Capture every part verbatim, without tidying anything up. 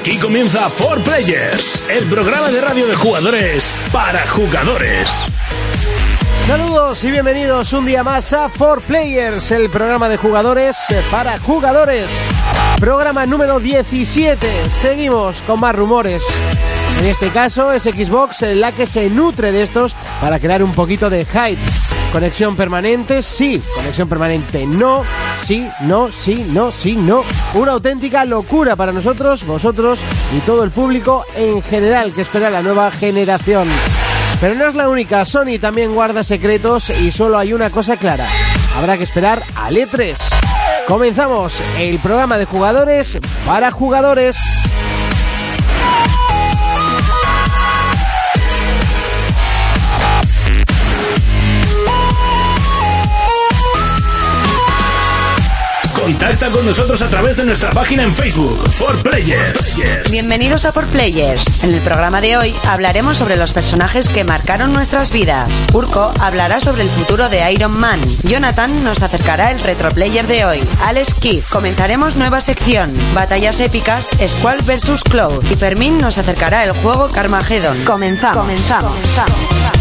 Aquí comienza cuatro Players, el programa de radio de jugadores para jugadores. Saludos y bienvenidos un día más a cuatro Players, el programa de jugadores para jugadores. Programa número diecisiete. Seguimos con más rumores. En este caso es Xbox la que se nutre de estos para crear un poquito de hype. Conexión permanente, sí. Conexión permanente, no. Sí, no, sí, no, sí, no. Una auténtica locura para nosotros, vosotros y todo el público en general que espera la nueva generación. Pero no es la única. Sony también guarda secretos y solo hay una cosa clara. Habrá que esperar al E tres. Comenzamos el programa de jugadores para jugadores. Contacta con nosotros a través de nuestra página en Facebook, cuatro Players. Bienvenidos a cuatro Players. En el programa de hoy hablaremos sobre los personajes que marcaron nuestras vidas. Urko hablará sobre el futuro de Iron Man. Jonathan nos acercará el retroplayer de hoy. Alex Kidd comentaremos nueva sección. Batallas épicas, Squall versus. Cloud. Y Fermín nos acercará el juego Carmageddon. Comenzamos. Comenzamos. Comenzamos.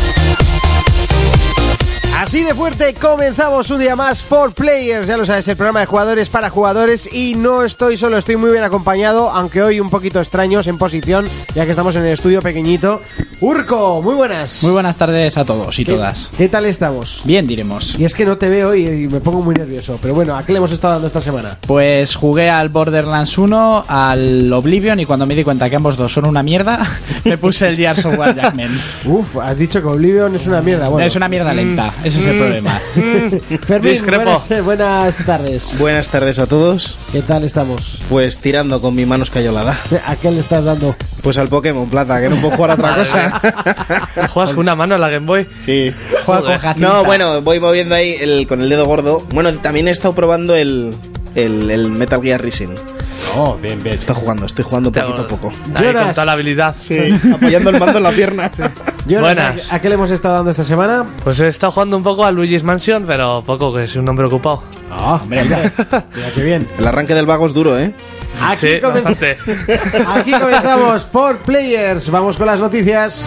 Así de fuerte comenzamos un día más cuatro Players, ya lo sabes, el programa de jugadores para jugadores. Y no estoy solo, estoy muy bien acompañado, aunque hoy un poquito extraños en posición, ya que estamos en el estudio pequeñito. Urko, muy buenas. Muy buenas tardes a todos y ¿Qué, todas. ¿Qué tal estamos? Bien, diremos. Y es que no te veo y, y me pongo muy nervioso, pero bueno, ¿a qué le hemos estado dando esta semana? Pues jugué al Borderlands uno, al Oblivion, y cuando me di cuenta que ambos dos son una mierda, me puse el Gears of War Judgment. Uf, has dicho que Oblivion es una mierda. Bueno. Es una mierda lenta, mm, ese es el mm, problema. Mm, Fermín, buenas, eh, buenas tardes. Buenas tardes a todos. ¿Qué tal estamos? Pues tirando con mi mano escayolada. ¿A qué le estás dando? Pues al Pokémon Plata, que no puedo jugar a otra cosa. ¿Juegas con una mano a la Game Boy? Sí. Juega con Jacinta. No, bueno, voy moviendo ahí el, con el dedo gordo. Bueno, también he estado probando el, el, el Metal Gear Rising. Oh, bien, bien. Estoy jugando, estoy jugando poquito a poco. Ahí con toda la habilidad. Sí, apoyando el mando en la pierna. Buenas. ¿A qué le hemos estado dando esta semana? Pues he estado jugando un poco a Luigi's Mansion, pero poco, que soy un hombre ocupado. Ah, hombre, mira, mira qué bien. El arranque del vago es duro, ¿eh? Aquí, sí, comen- Aquí comenzamos cuatro Players. Vamos con las noticias.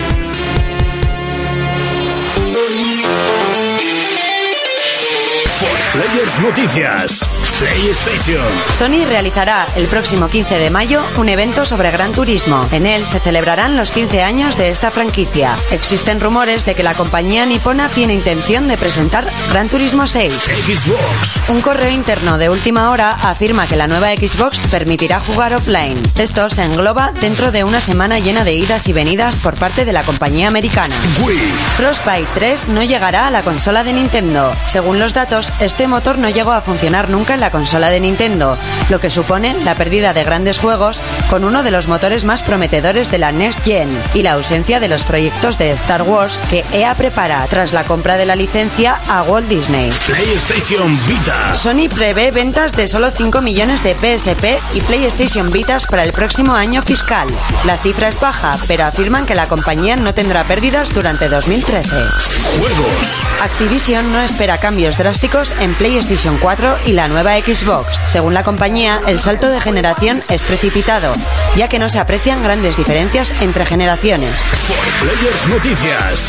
cuatro Players Noticias. PlayStation. Sony realizará el próximo quince de mayo un evento sobre Gran Turismo. En él se celebrarán los quince años de esta franquicia. Existen rumores de que la compañía nipona tiene intención de presentar Gran Turismo seis. Xbox. Un correo interno de última hora afirma que la nueva Xbox permitirá jugar offline. Esto se engloba dentro de una semana llena de idas y venidas por parte de la compañía americana. Wii. Frostbite tres no llegará a la consola de Nintendo. Según los datos, este motor no llegó a funcionar nunca en la consola de Nintendo, lo que supone la pérdida de grandes juegos con uno de los motores más prometedores de la Next Gen y la ausencia de los proyectos de Star Wars que E A prepara tras la compra de la licencia a Walt Disney. PlayStation Vita. Sony prevé ventas de solo cinco millones de P S P y PlayStation Vitas para el próximo año fiscal. La cifra es baja, pero afirman que la compañía no tendrá pérdidas durante dos mil trece. Juegos. Activision no espera cambios drásticos en PlayStation cuatro y la nueva Xbox. Según la compañía, el salto de generación es precipitado, ya que no se aprecian grandes diferencias entre generaciones. cuatro Players Noticias.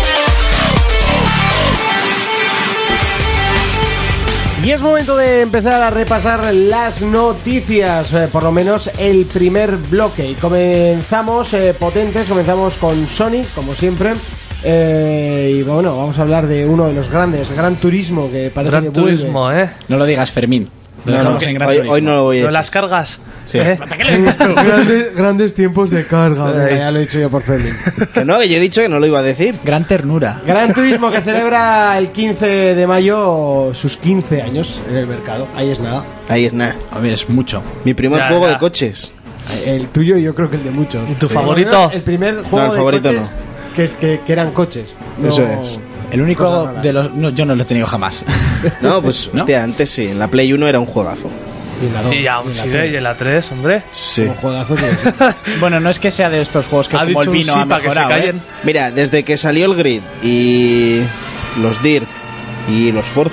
Y es momento de empezar a repasar las noticias, eh, por lo menos el primer bloque. Y comenzamos eh, potentes, comenzamos con Sony, como siempre. Eh, y bueno, vamos a hablar de uno de los grandes, Gran Turismo, que parece Gran que vuelve. Turismo, ¿eh? No lo digas, Fermín. Lo No, dejamos no, en Gran hoy, Turismo. hoy no lo voy a ¿No decir. las cargas? Sí. ¿Eh? grandes, grandes tiempos de carga. Venga, ya lo he dicho yo por Fermín. Que no, que yo he dicho que no lo iba a decir. Gran ternura. Gran Turismo, que celebra el quince de mayo sus quince años en el mercado. Ahí es nada. Ahí es nada. A ver, es mucho. Mi primer Ya, juego ya. de coches. El tuyo, yo creo que el de muchos. ¿Y tu Sí. favorito? El primer juego No, el de favorito coches que, es, que, que eran coches. No- Eso es. El único Cosas raras. de los... No, yo no lo he tenido jamás. No, pues ¿No? hostia, antes sí. En la Play uno era un juegazo. Y la dos, Y aún y la sigue, tres. y en la tres, hombre. Sí. Como juegazo tiene que ser. Bueno, no es que sea de estos juegos que Ha como dicho el un vino sí ha para que se mejorado, callen. ¿eh? Mira, desde que salió el Grid y los Dirt y los Forza,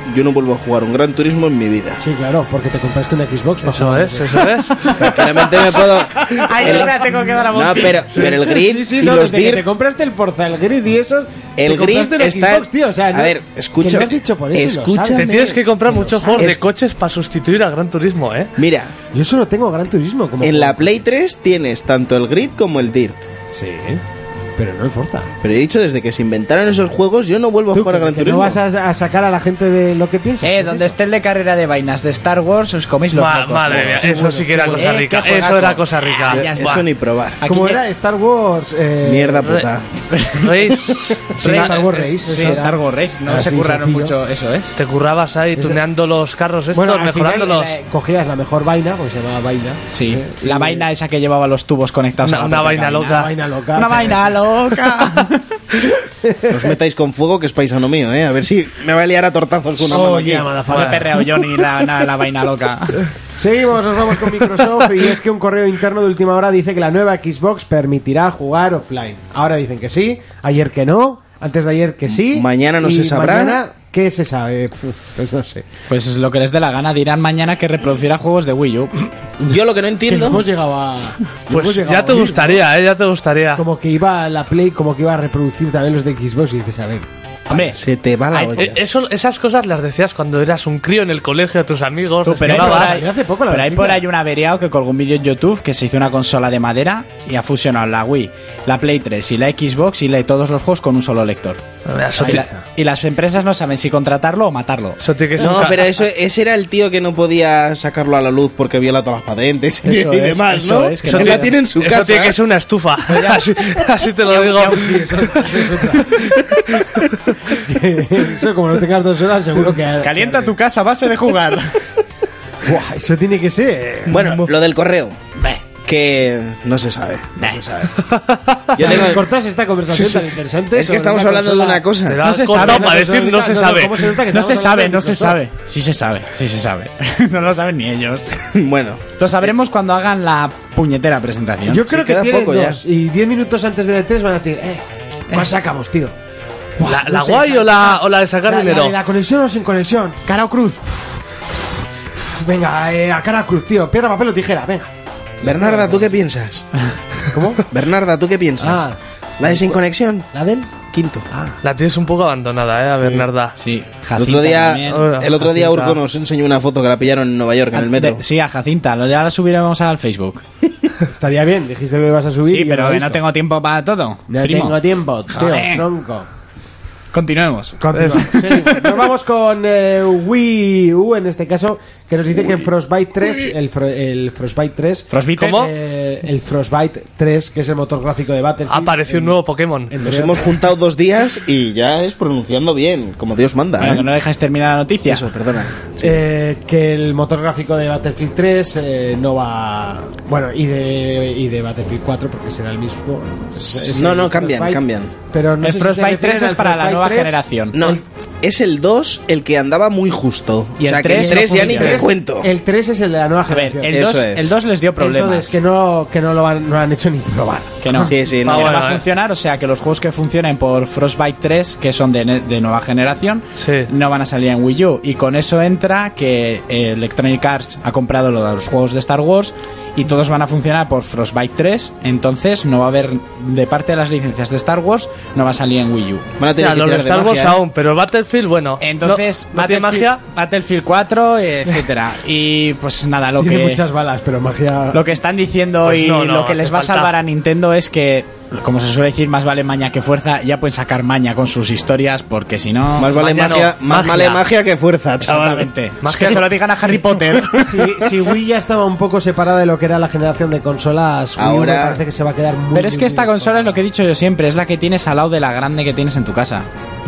yo no vuelvo a jugar un Gran Turismo en mi vida. Sí, claro, porque te compraste una Xbox. para Eso jugar. es, eso es. Claramente me puedo... Ay, el- o sea, tengo que dar a No, Monkey. pero, pero el Grid Sí, sí, y no, los desde que Dirt... te compraste el Forza, el Grid y eso. El te compraste Grid una está... Xbox, tío, o sea, no- a ver, escucha... que lo has dicho por eso y lo escucha- sabes. Te tienes que comprar muchos juegos de Es- coches para sustituir a Gran Turismo, ¿eh? Mira, Yo solo tengo Gran Turismo como en juego. la Play tres tienes tanto el Grid como el Dirt. Sí, pero no el Forza. Pero he dicho, desde que se inventaron esos juegos, yo no vuelvo a ¿Tú jugar a que- Gran que no Turismo. vas a, a sacar a la gente de lo que piensa? Eh, donde esté el de carrera de vainas de Star Wars, os coméis los Ma- mocos. madre mía, todos. eso sí que era qué cosa bueno. rica. Eh, qué Eso juegazo. era cosa rica. Ah, ya está. Eso ni probar. Aquí ¿Cómo ya- era? Star Wars... Eh, Mierda Re- puta. Reis, Sí, Star Wars Race. Sí, eso era. Star Wars Race. No Así, se curraron sencillo. mucho, eso es. te currabas ahí Ese- tuneando los carros estos, Bueno, al final, mejorándolos. eh, cogías la mejor vaina, porque se llamaba vaina. Sí, Eh, la y- vaina esa que llevaba los tubos conectados Una- a la una propia vaina cabina. loca. Una vaina loca. Una o sea, vaina loca. No os metáis con fuego, que es paisano mío, ¿eh? A ver si me va a liar a tortazos una mano Oh, aquí. yeah, No motherfucker. me perreo yo ni la, la, la vaina loca. Seguimos, nos vamos con Microsoft y es que un correo interno de última hora dice que la nueva Xbox permitirá jugar offline. Ahora dicen que sí, ayer que no, antes de ayer que sí. Mañana no y se sabrá. Mañana, ¿qué se sabe? Puf, pues no sé. Pues es lo que les dé la gana. Dirán mañana que reproducirá juegos de Wii U. Yo lo que no Que no entiendo... hemos llegado a... no Pues hemos llegado ya te a oír, gustaría, ¿eh? Ya te gustaría. ¿no? Como que iba la Play, como que iba a reproducir también los de Xbox y dices, a ver... Hombre, Se te va la Ay, olla. eh, eso, esas cosas las decías cuando eras un crío en el colegio a tus amigos. Tú, les pero hay llevabas- por ahí, Hace poco la pero hay noticia. por ahí un averiado que colgó un vídeo en YouTube que se hizo una consola de madera y ha fusionado la Wii, la Play tres y la Xbox y lee todos los juegos con un solo lector. Eso Y, ti- la- y las empresas no saben si contratarlo o matarlo. eso tiene que ser un No, ca- pero eso, ese era el tío que no podía sacarlo a la luz porque viola todas las patentes y, Eso y es, demás, eso ¿no? es, que Eso no la tiene- tiene en su Eso casa. tiene que ser una estufa. así, así te lo digo. Eso, como no tengas dos horas, seguro que... Calienta tu casa a base de jugar. Buah, eso tiene que ser... Bueno, lo del correo. Que no se sabe. No se sabe. Yo Yo tengo- cortas esta conversación tan interesante. Es que sobre estamos una hablando de consola- una cosa. Te la No has se cortado sabe, para no, decir no, no no, se no, sabe. ¿cómo se nota que No estamos se hablando sabe, de no se Microsoft? sabe. Sí se sabe, sí se sabe. No lo saben ni ellos. Bueno, Lo sabremos cuando hagan la puñetera presentación. Yo creo Sí, que queda tienen poco ya. dos. Y diez minutos antes del E tres van a decir, eh, ¿cuál sacamos, tío? Buah, ¿La, no la sé, guay sa- o la, o la de sacar la, dinero? la de la conexión o sin conexión. Cara o cruz. Venga, eh, a cara cruz, tío. Piedra, papel o tijera, venga. Bernarda, ¿tú qué piensas? ¿Cómo? Bernarda, ¿tú qué piensas? Ah. ¿La de sin conexión? ¿La del? Quinto. La tienes un poco abandonada, ¿eh? A Bernarda. Sí, El Jacinta otro día, también. Hola, el otro día Jacinta. Urco nos enseñó una foto que la pillaron en Nueva York, en el metro. De- sí, a Jacinta, lo- ya la subiremos al Facebook. Estaría bien, dijiste que lo ibas a subir. Sí, y yo pero lo he que no visto. tengo tiempo para todo. No primo. tengo tiempo, tío, Joder. tronco. Continuemos. Continúa. Seguimos. Nos vamos con eh, Wii U, en este caso, que nos dice que en Frostbite tres, el, Fro- el Frostbite tres, Frostbite. ¿Cómo? eh, el Frostbite tres, que es el motor gráfico de Battlefield. Ha aparecido un nuevo Pokémon. en- Nos hemos juntado dos días y ya es pronunciando bien, como Dios manda. Bueno, ¿eh? que no dejáis terminar la noticia. Eso, perdona. Eh, que el motor gráfico de Battlefield tres eh, no va... Bueno, y de, y de Battlefield cuatro, porque será el mismo. Es- es No, el no, cambian, Frostbite, cambian. Pero no El sé si se Frostbite refieren tres es al para la Frostbite nueva tres. generación. No, El- es el dos el que andaba muy justo. Y o el sea, que el tres tres no ya ni funciona. te cuento. El tres es el de la nueva A ver, generación. el Eso dos, es. el dos les dio problemas. Entonces, que no, que no lo han, no lo han hecho ni probar. Que no. Sí, sí, Que no. Ah, no bueno, va a eh. funcionar, o sea que los juegos que funcionen por Frostbite tres, que son de, ne- de nueva generación, Sí. no van a salir en Wii U. Y con eso entra que eh, Electronic Arts ha comprado lo de los juegos de Star Wars y todos van a funcionar por Frostbite tres. Entonces no va a haber, de parte de las licencias de Star Wars, no va a salir en Wii U. Van a tener Ya, que los de tirar de Star Wars magia, ¿eh? aún, pero Battlefield, bueno. Entonces, no, no tiene Battlefield, magia. Battlefield cuatro, etcétera. Y pues nada, lo Tiene que muchas balas, pero magia... lo que están diciendo Pues y no, no, lo que les hace va a falta. salvar a Nintendo es que, como se suele decir, más vale maña que fuerza. Ya pueden sacar maña con sus historias, porque si no, Más vale Magia no, magia, más magia. vale magia que fuerza, chaval. exactamente. Más Es que que se no. lo digan a Harry Potter. Si, si Wii ya estaba un poco separada de lo que era la generación de consolas, Wii U Ahora- me parece que se va a quedar muy... Pero es que muy esta bien consola es lo que he dicho yo siempre, es la que tienes al lado de la grande que tienes en tu casa.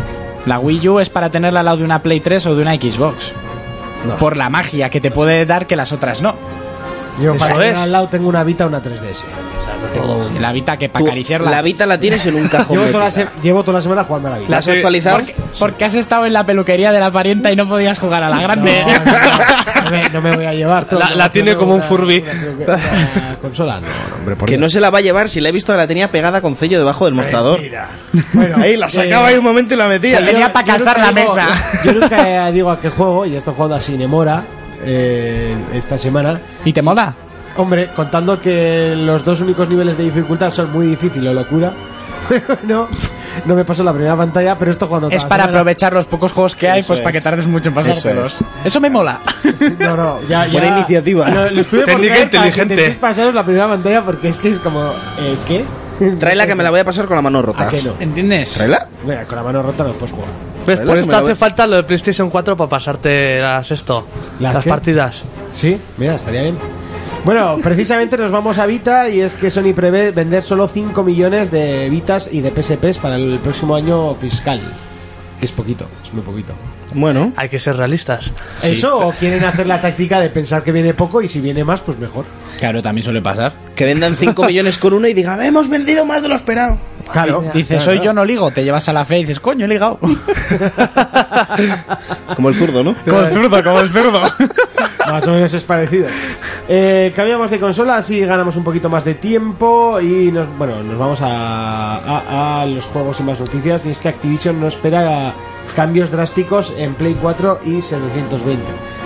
La Wii U es para tenerla al lado de una Play tres o de una Xbox. No. Por la magia que te puede dar que las otras no. Yo Eso para tener es. al lado tengo una Vita o una tres D S. O sea, todo. Sí, la Vita que para Tú, acariciarla. la Vita la tienes en un cajón. Llevo toda, la metida. se- llevo toda la semana jugando a la ¿La Vita. has actualizado? Porque, porque has estado en la peluquería de la parienta y no podías jugar a la grande. No, no, no me, no me voy a llevar todo. La- No, la no, tiene no, como un una- Furby. Una, una consola, no, no, hombre, por Que Dios. no se la va a llevar, si la he visto la tenía pegada con sello debajo del mostrador. Mentira. Bueno, Ahí la sacaba eh, ahí un momento y la metía. yo- Tenía para yo calzar nunca la digo- mesa. Yo nunca digo a qué juego, y estoy jugando a Cinemora eh, esta semana. ¿Y te mola? Hombre, contando que los dos únicos niveles de dificultad son muy difícil o locura. no, no me pasó la primera pantalla, pero esto jugando toda Es la para semana. aprovechar los pocos juegos que hay, Eso pues para es. que tardes mucho en pasártelos. Eso Eso, me mola. No, no, ya, ya. Buena iniciativa. Lo, lo estuve por Técnica traer para que inteligente. intentéis pasaros la primera pantalla porque es que es como. ¿Eh, ¿Qué? Tráela que me la voy a pasar con la mano rota. ¿A qué no? ¿Entiendes? ¿Tráela? Mira, con la mano rota no puedes jugar. ¿Ves? ¿Verdad Por que esto me lo hace voy- falta lo de PlayStation cuatro para pasarte las esto, ¿Las las qué? partidas. Sí, mira, estaría bien. Bueno, precisamente nos vamos a Vita y es que Sony prevé vender solo cinco millones de Vitas y de P S Ps para el próximo año fiscal. Que es poquito, es muy poquito. Bueno, Hay que ser realistas. ¿Eso o quieren hacer la táctica de pensar que viene poco y si viene más, pues mejor? Claro, también suele pasar. que vendan cinco millones con uno y digan, hemos vendido más de lo esperado. Claro. Dices, claro, hoy yo no ligo, te llevas a la fe y dices, coño, he ligado. Como el zurdo, ¿no? Como el zurdo, como el zurdo. Más o menos es parecido. Eh, cambiamos de consola, así ganamos un poquito más de tiempo y nos, bueno, nos vamos a, a- a los juegos y más noticias. Y es que Activision no espera cambios drásticos en Play cuatro y setecientos veinte.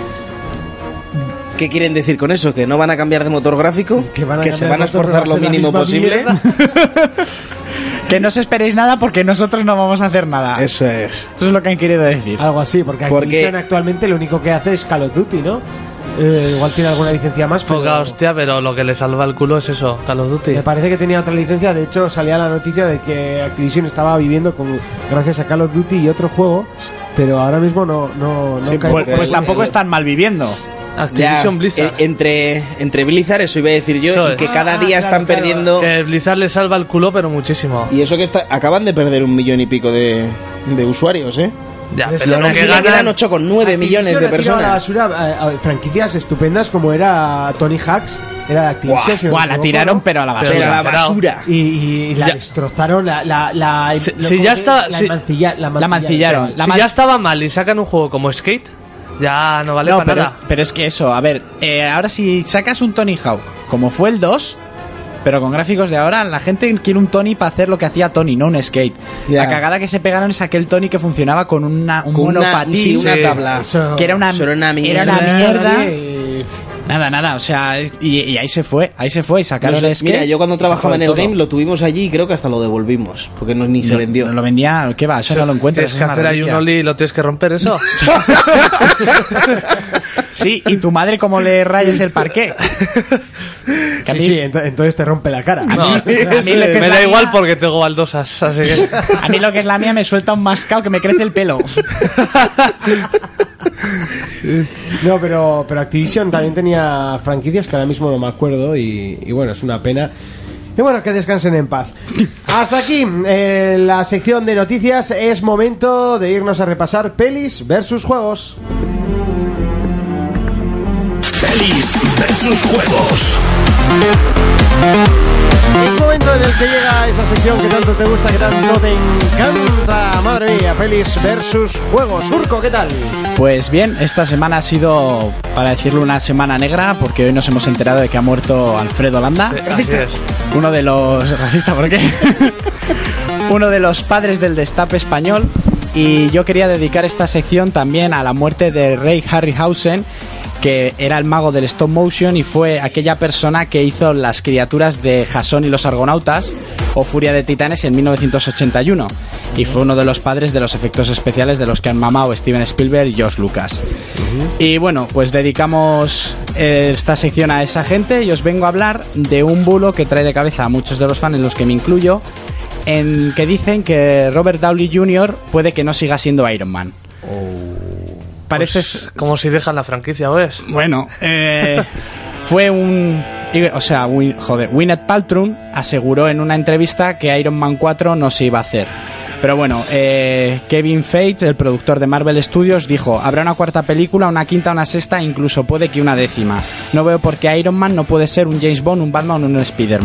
¿Qué quieren decir con eso? ¿Que no van a cambiar de motor gráfico? Que van a se cambiar van a de motor, esforzar va a lo ser la mínimo misma posible. mierda. Que no os esperéis nada porque nosotros no vamos a hacer nada. Eso es. Eso es lo que han querido decir. Algo así, porque Porque- Activision actualmente lo único que hace es Call of Duty, ¿no? Eh, igual tiene alguna licencia más, pero Poca hostia, pero lo que le salva el culo es eso, Call of Duty. me parece que tenía otra licencia. De hecho, salía la noticia de que Activision estaba viviendo con gracias a Call of Duty y otro juego, pero ahora mismo no no, no Sí, cae- Pues, porque- pues tampoco están mal viviendo. Activision Ya, Blizzard. eh, entre, entre Blizzard, eso iba a decir yo, Eso y es. que cada Ah, día claro, están claro. perdiendo. Que Blizzard le salva el culo, pero muchísimo. Y eso que está, acaban de perder un millón y pico de, de usuarios, ¿eh? Ya, Y Y pero aún lo así que ya quedan ganan. ocho coma nueve millones Activision de ha tirado a la personas. basura eh, eh, franquicias estupendas como era Tony Hawk's, era de Activision. Buah, si no me Buah, la equivoco, tiraron, ¿no? pero a la Pero Pero basura. la exagerado. basura. Y, y la Ya. destrozaron, la, la, la, Si- lo- si ¿cómo ya que- está- la, si- mancilla- la la mancillaron. sí. La Si man- ya estaba mal y sacan un juego como Skate, ya no vale No, para pero, nada. pero es que eso, a ver, eh, ahora si sacas un Tony Hawk, como fue el dos, pero con gráficos de ahora, la gente quiere un Tony para hacer lo que hacía Tony, no un skate. Ya. La cagada que se pegaron es aquel Tony que funcionaba con una, un Con una, monopatín, sí, una sí. tabla. Eso- que era una, Eso era una era mierda. una mierda. Nadie- Nada, nada, o sea, y, y ahí se fue, ahí se fue y sacaron No sé, el skate. mira, yo cuando y se trabajaba fue en el todo. game lo tuvimos allí y creo que hasta lo devolvimos, porque no, ni se No- vendió. no lo vendía, ¿qué va? Eso no lo encuentras. Tienes es que una hacer ahí un reliquia. ollie y lo tienes que romper eso. Sí, y tu madre como le rayes el parqué. Que a Sí, mí- sí, ento- entonces te rompe la cara. No, a mí lo que es me la da igual mía- porque tengo baldosas, así que... A mí lo que es la mía me suelta un mascao que me crece el pelo. No, pero, pero Activision también tenía franquicias que ahora mismo no me acuerdo y, y bueno, es una pena. Y bueno, que descansen en paz. Hasta aquí eh, la sección de noticias. Es momento de irnos a repasar pelis versus juegos. Pelis versus juegos. Es momento en el que llega esa sección que tanto te gusta, que tanto te encanta. Madre mía, pelis versus juegos. Urco, ¿qué tal? Pues bien, esta semana ha sido, para decirlo, una semana negra, porque hoy nos hemos enterado de que ha muerto Alfredo Landa, Así es. uno de los... ¿Racista por qué? Uno de los padres del destape español. Y yo quería dedicar esta sección también a la muerte de Ray Harryhausen, que era el mago del stop motion y fue aquella persona que hizo las criaturas de Jasón y los Argonautas o Furia de Titanes en mil novecientos ochenta y uno, y fue uno de los padres de los efectos especiales de los que han mamado Steven Spielberg y George Lucas. Y bueno, pues dedicamos eh, esta sección a esa gente y os vengo a hablar de un bulo que trae de cabeza a muchos de los fans, en los que me incluyo, en que dicen que Robert Downey junior puede que no siga siendo Iron Man. Parece... Como si dejan la franquicia, ¿ves? Bueno, eh, fue un... O sea, Win- joder, Gwyneth Paltrow aseguró en una entrevista que Iron Man cuatro no se iba a hacer. Pero bueno, eh, Kevin Feige, el productor de Marvel Studios, dijo: habrá una cuarta película, una quinta, una sexta, incluso puede que una décima. No veo por qué Iron Man no puede ser un James Bond, un Batman o un Spider-Man.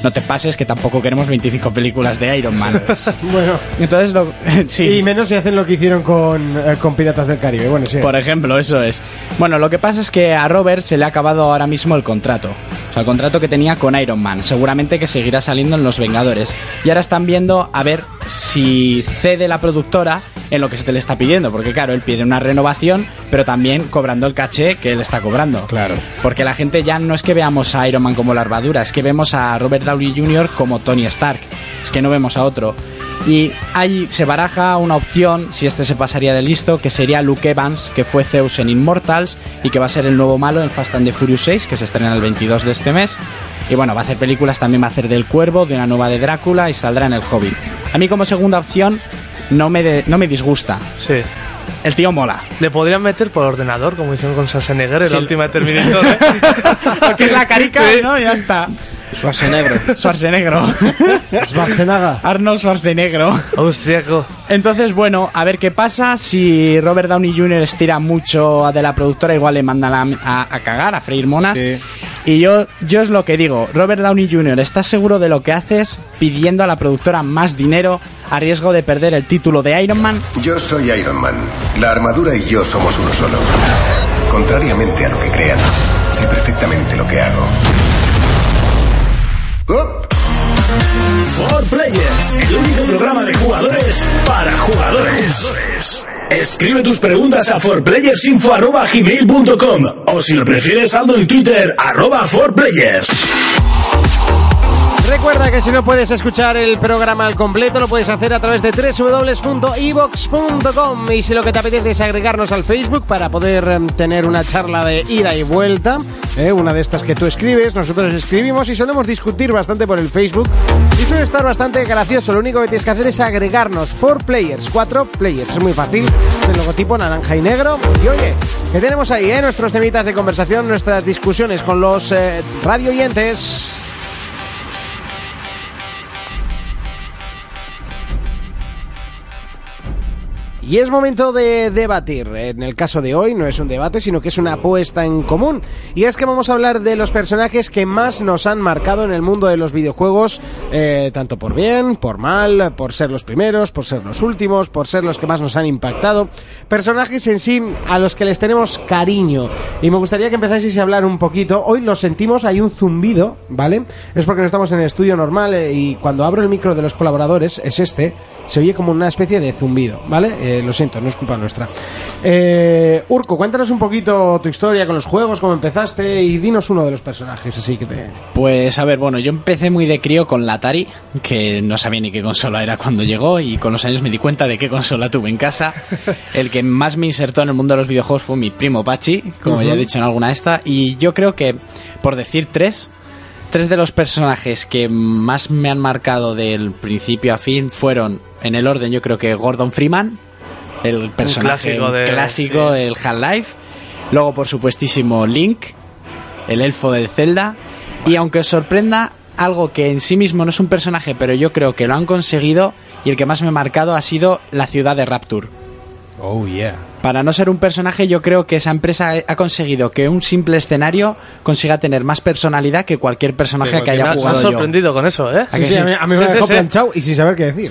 no te pases que tampoco queremos veinticinco películas de Iron Man. Bueno, Entonces, lo, sí. y menos si hacen lo que hicieron con, eh, con Piratas del Caribe. Bueno, sí. Por ejemplo, eso es. Bueno, lo que pasa es que a Robert se le ha acabado ahora mismo el contrato. O sea, el contrato que tenía con Iron Man. Seguramente que seguirá saliendo en Los Vengadores. Y ahora están viendo a ver si cede la productora en lo que se te le está pidiendo. Porque claro, él pide una renovación, pero también cobrando el caché que él está cobrando. Claro. Porque la gente ya no es que veamos a Iron Man como la armadura, es que vemos a Robert Downey junior como Tony Stark. Es que no vemos a otro. Y ahí se baraja una opción, si este se pasaría de listo, que sería Luke Evans, que fue Zeus en Immortals y que va a ser el nuevo malo en Fast and the Furious seis, que se estrena el veintidós de este mes. Y bueno, va a hacer películas, también va a hacer del Cuervo, de una nueva de Drácula y saldrá en El Hobbit. A mí como segunda opción no me, de, no me disgusta. Sí. El tío mola. Le podrían meter por ordenador, como hicieron con Schwarzenegger en Sí. la última de Terminator, ¿eh? Porque es la carica, Sí. ¿no? Ya está. Schwarzenegger. Schwarzenegger. Schwarzenegger. Arnold Schwarzenegger. Austriaco. Entonces, bueno, a ver qué pasa. Si Robert Downey junior estira mucho de la productora, igual le mandan a, a, a cagar, a freír monas. Sí. Y yo, yo es lo que digo. Robert Downey junior, ¿estás seguro de lo que haces pidiendo a la productora más dinero a riesgo de perder el título de Iron Man? Yo soy Iron Man. La armadura y yo somos uno solo. Contrariamente a lo que crean, sé perfectamente lo que hago. ¡Oh! For Players, el único programa de jugadores para jugadores. Escribe tus preguntas a forplayersinfo arroba gmail punto com o si lo prefieres, saldo en Twitter arroba forplayers. Recuerda que si no puedes escuchar el programa al completo, lo puedes hacer a través de doble u doble u doble u punto i vox punto com. Y si lo que te apetece es agregarnos al Facebook para poder eh, tener una charla de ida y vuelta, eh, una de estas que tú escribes, nosotros escribimos y solemos discutir bastante por el Facebook. Y suele estar bastante gracioso. Lo único que tienes que hacer es agregarnos. Four Players, cuatro Players. Es muy fácil. Es el logotipo naranja y negro. Y oye, que tenemos ahí, eh, nuestros temitas de conversación, nuestras discusiones con los eh, radio oyentes. Y es momento de debatir. En el caso de hoy no es un debate, sino que es una apuesta en común. Y es que vamos a hablar de los personajes que más nos han marcado en el mundo de los videojuegos, eh, tanto por bien, por mal, por ser los primeros, por ser los últimos, por ser los que más nos han impactado. Personajes en sí a los que les tenemos cariño. Y me gustaría que empezaseis a hablar un poquito. Hoy lo sentimos, hay un zumbido, ¿vale? Es porque no estamos en el estudio normal eh, y cuando abro el micro de los colaboradores, es este, se oye como una especie de zumbido, ¿vale? Eh, lo siento, no es culpa nuestra. Eh, Urco, cuéntanos un poquito tu historia con los juegos, cómo empezaste y dinos uno de los personajes, así que te... Pues a ver, bueno, yo empecé muy de crío con la Atari, que no sabía ni qué consola era cuando llegó, y con los años me di cuenta de qué consola tuve en casa. El que más me insertó en el mundo de los videojuegos fue mi primo Pachi, como uh-huh. ya he dicho en alguna de esta, y yo creo que, por decir tres, tres de los personajes que más me han marcado del principio a fin fueron, en el orden, yo creo que Gordon Freeman, el personaje clásico, de, clásico sí. del Half-Life. Luego, por supuestísimo, Link, el elfo del Zelda. Y aunque os sorprenda, algo que en sí mismo no es un personaje, pero yo creo que lo han conseguido, y el que más me ha marcado ha sido la ciudad de Rapture. Oh, yeah. Para no ser un personaje, yo creo que esa empresa ha conseguido que un simple escenario consiga tener más personalidad que cualquier personaje sí, que haya me jugado has yo. sorprendido con eso, ¿eh? Sí, sí, sí, a mí, a mí sí, me sí, dejó sí. planchado y sin saber qué decir.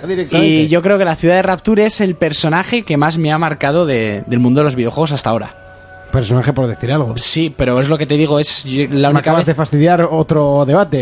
Y yo creo que la ciudad de Rapture es el personaje que más me ha marcado de, del mundo de los videojuegos hasta ahora. Personaje por decir algo. Sí, pero es lo que te digo, es la Me única acabas vez... de fastidiar otro debate.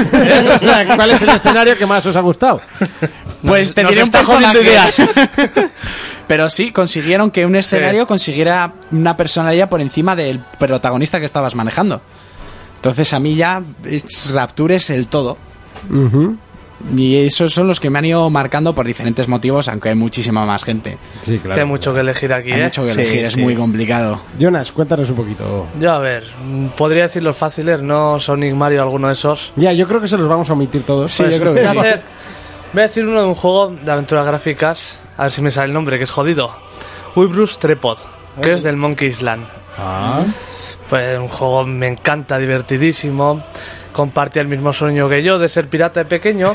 ¿Cuál es el escenario que más os ha gustado? Pues te Nos diré un está jodiendo personaje. Pero sí, consiguieron que un escenario sí. consiguiera una personalidad por encima del protagonista que estabas manejando. Entonces a mí ya es, Rapture es el todo. Uh-huh. Y esos son los que me han ido marcando por diferentes motivos, aunque hay muchísima más gente. Sí, claro. Que hay mucho que elegir aquí, Hay ¿eh? mucho que Sí, elegir, sí. es muy complicado. Jonas, cuéntanos un poquito. Yo, a ver, podría decir los fáciles, no Sonic, Mario, alguno de esos. Ya, yo creo que se los vamos a omitir todos. Sí, Pues, yo creo que voy, sí. a hacer, voy a decir uno de un juego de aventuras gráficas, a ver si me sale el nombre, que es jodido. Uibrus Trepod, que es del Monkey Island. Ah. Pues un juego me encanta, divertidísimo. Compartía el mismo sueño que yo de ser pirata de pequeño.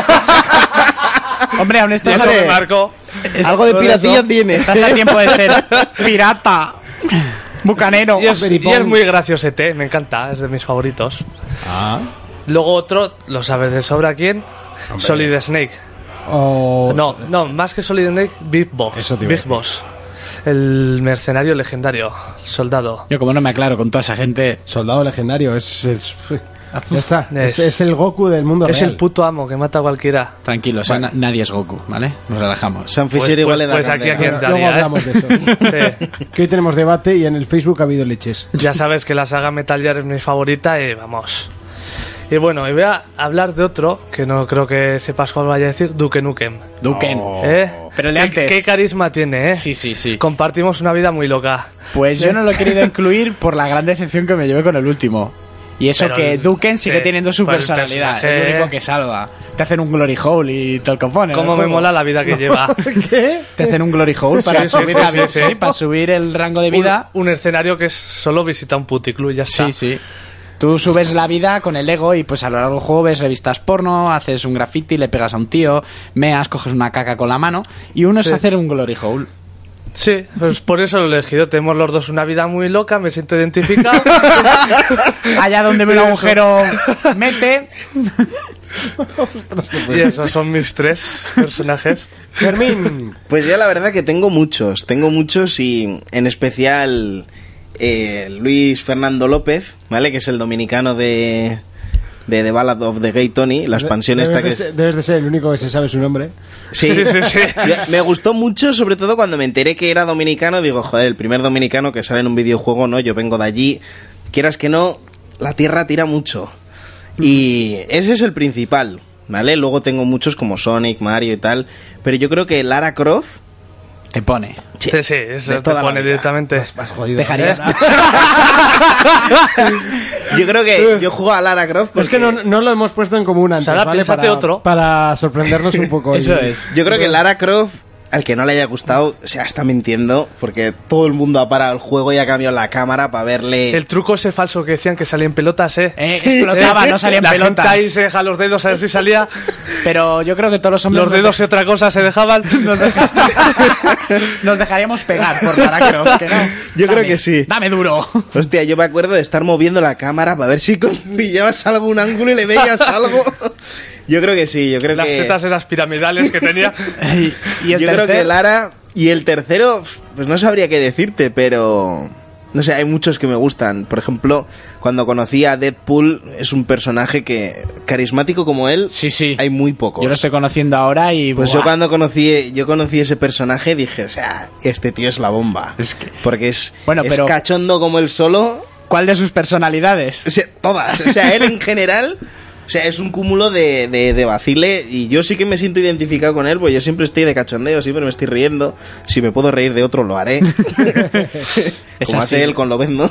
Hombre, aún estás, Eso me marcó. es- Algo de Por piratilla eso. tienes. estás a tiempo de ser pirata, bucanero. Y es, y es muy graciosete, me encanta, es de mis favoritos. Luego otro, ¿lo sabes de sobra quién? Hombre. Solid Snake. O... No, no, más que Solid Snake, Big Boss. Eso te iba a Big decir. Boss. El mercenario legendario, soldado. Yo como no me aclaro con toda esa gente... Soldado legendario, es... es... Ya está, Es- es, es el Goku del mundo Es real. el puto amo que mata a cualquiera. Tranquilo, o sea, na- nadie es Goku, ¿vale? Nos relajamos. Sam Pues- Fisher igual pues- le da pues aquí, candela. aquí Luego entraría, ¿eh? hablamos de eso. Sí. Que hoy tenemos debate y en el Facebook ha habido leches. Ya sabes que la saga Metal Gear es mi favorita y vamos. Y bueno, y voy a hablar de otro que no creo que sepas cuál vaya a decir, Duke Nukem. Duken. ¿Eh? Pero el de ¿Qué, antes. qué carisma tiene, ¿eh? Sí, sí, sí. Compartimos una vida muy loca. Pues yo no lo he querido incluir por la gran decepción que me llevé con el último. Y eso Pero que el- Duken sigue sí, teniendo su pero el personalidad. Es personaje- lo único que salva. Te hacen un glory hole y te lo componen. Cómo me mola la vida que lleva. ¿Qué? Te hacen un glory hole para Sí, sí, subir sí, la sí, vida, sí. sí, para subir el rango de vida. Un, un escenario que es solo visita un puticlub y ya está. Sí, sí. Tú subes la vida con el ego y pues a lo largo del juego ves revistas porno, haces un graffiti, le pegas a un tío, meas, coges una caca con la mano y uno Sí. es hacer un glory hole. Sí, pues por eso lo he elegido. Tenemos los dos una vida muy loca, me siento identificado. Allá donde me el agujero mete. Y esos son mis tres personajes. Fermín. Pues yo la verdad que tengo muchos, tengo muchos y en especial eh, Luis Fernando López, ¿vale? Que es el dominicano de, de The Ballad of the Gay Tony, la expansión debes esta de que... ser, debes de ser el único que se sabe su nombre. Sí, Sí, sí, sí. Yo- me gustó mucho, sobre todo cuando me enteré que era dominicano, digo, joder, el primer dominicano que sale en un videojuego, no, yo vengo de allí, quieras que no, la tierra tira mucho. Y ese es el principal, ¿vale? Luego tengo muchos como Sonic, Mario y tal, pero yo creo que Lara Croft... Te pone. Sí, sí, eso de te toda la pone vida. directamente. Jodido. Dejarías. Yo creo que yo juego a Lara Croft porque... Es que no, no lo hemos puesto en común antes, Sara, ¿vale? piénsate Para, otro. para sorprendernos un poco. Eso Y- es. Yo creo que Lara Croft, al que no le haya gustado, o sea, está mintiendo, porque todo el mundo ha parado el juego y ha cambiado la cámara para verle... El truco ese falso que decían que salía en pelotas, ¿eh? Eh, que explotaba, no salían La pelotas. gente ahí se deja los dedos a ver si salía. Pero yo creo que todos los hombres Los dedos y otra cosa se dejaban. nos, dejaste- nos dejaríamos pegar por Lara Croft, que no. Yo creo Dame, que sí. Dame duro. Hostia, yo me acuerdo de estar moviendo la cámara para ver si con- pillabas algún ángulo y le veías algo. Yo creo que sí, yo creo Las que... tetas esas piramidales que tenía. Y, y el yo creo que tercer- Lara... Y el tercero, pues no sabría qué decirte, pero... No sé, hay muchos que me gustan. Por ejemplo, cuando conocí a Deadpool, es un personaje que... Carismático como él, Sí, sí. hay muy pocos. Yo lo estoy conociendo ahora y... Pues buah. yo cuando conocí yo conocí ese personaje dije, o sea, este tío es la bomba. Es que- Porque es, Bueno, es pero- cachondo como él solo. ¿Cuál de sus personalidades? O sea, todas. O sea, él en general, o sea, es un cúmulo de, de, de vacile. Y yo sí que me siento identificado con él, pues yo siempre estoy de cachondeo, siempre me estoy riendo. Si me puedo reír de otro, lo haré. Es Como así. hace él con Lobezno.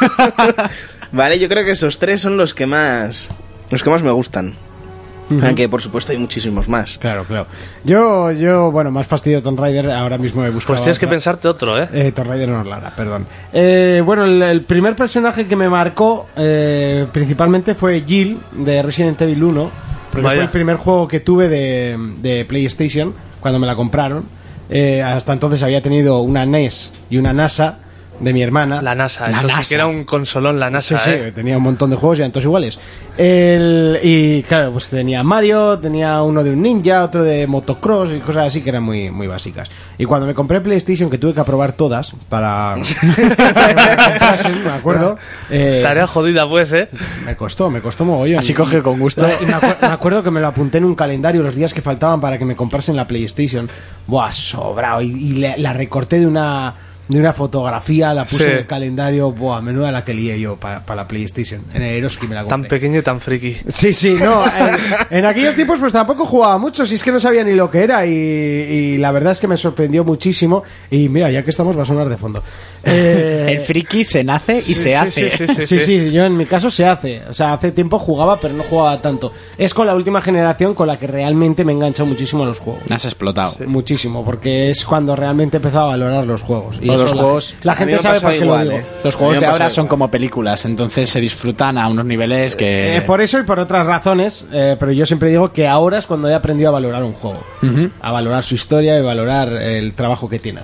Vale, yo creo que esos tres son los que más... Los que más me gustan. Aunque, por supuesto, hay muchísimos más. Claro, claro. Yo, yo, bueno, más fastidio Tomb Raider, ahora mismo he buscado... Pues tienes que otra. pensarte otro, ¿eh? Eh, Tomb Raider no, Lara, perdón. Eh, bueno, el, el primer personaje que me marcó eh, principalmente fue Jill de Resident Evil uno, porque Vaya. fue el primer juego que tuve de, de PlayStation cuando me la compraron. Eh, hasta entonces había tenido una N E S y una NASA de mi hermana. La NASA, La eso NASA. sí que era un consolón, la NASA, Sí, sí, ¿eh? tenía un montón de juegos y eran todos iguales. El, y claro, pues tenía Mario, tenía uno de un ninja, otro de motocross y cosas así que eran muy, muy básicas. Y cuando me compré PlayStation, que tuve que aprobar todas para... para que me comprasen, me acuerdo. eh, Tarea jodida, pues, ¿eh? me costó, me costó mogollón. Así coge con gusto. Y me, acu- me acuerdo que me lo apunté en un calendario los días que faltaban para que me comprasen la PlayStation. Buah, sobrado. Y, y le- la recorté de una de una fotografía, la puse Sí. en el calendario. Buah, menuda la que lié yo para la PlayStation. En el Eroski me la compré. Tan pequeño y tan friki. Sí, sí, no. En, en aquellos tiempos pues tampoco jugaba mucho, si es que no sabía ni lo que era y, y la verdad es que me sorprendió muchísimo y mira, ya que estamos va a sonar de fondo. Eh, El friki se nace y Sí, se sí, hace. sí, sí, Sí, sí, yo en mi caso se hace. O sea, hace tiempo jugaba, pero no jugaba tanto. Es con la última generación con la que realmente me he enganchado muchísimo a los juegos. Has explotado. Muchísimo, porque es cuando realmente he empezado a valorar los juegos. Y O eso los la- juegos- La, A mí me gente ha sabe pasado por qué igual, lo digo. ¿eh? Los A juegos mí me de ha ahora pasado son igual. como películas, entonces se disfrutan a unos niveles que... Eh, por eso y por otras razones, eh, pero yo siempre digo que ahora es cuando he aprendido a valorar un juego. A valorar su historia y valorar el trabajo que tiene hacerlo.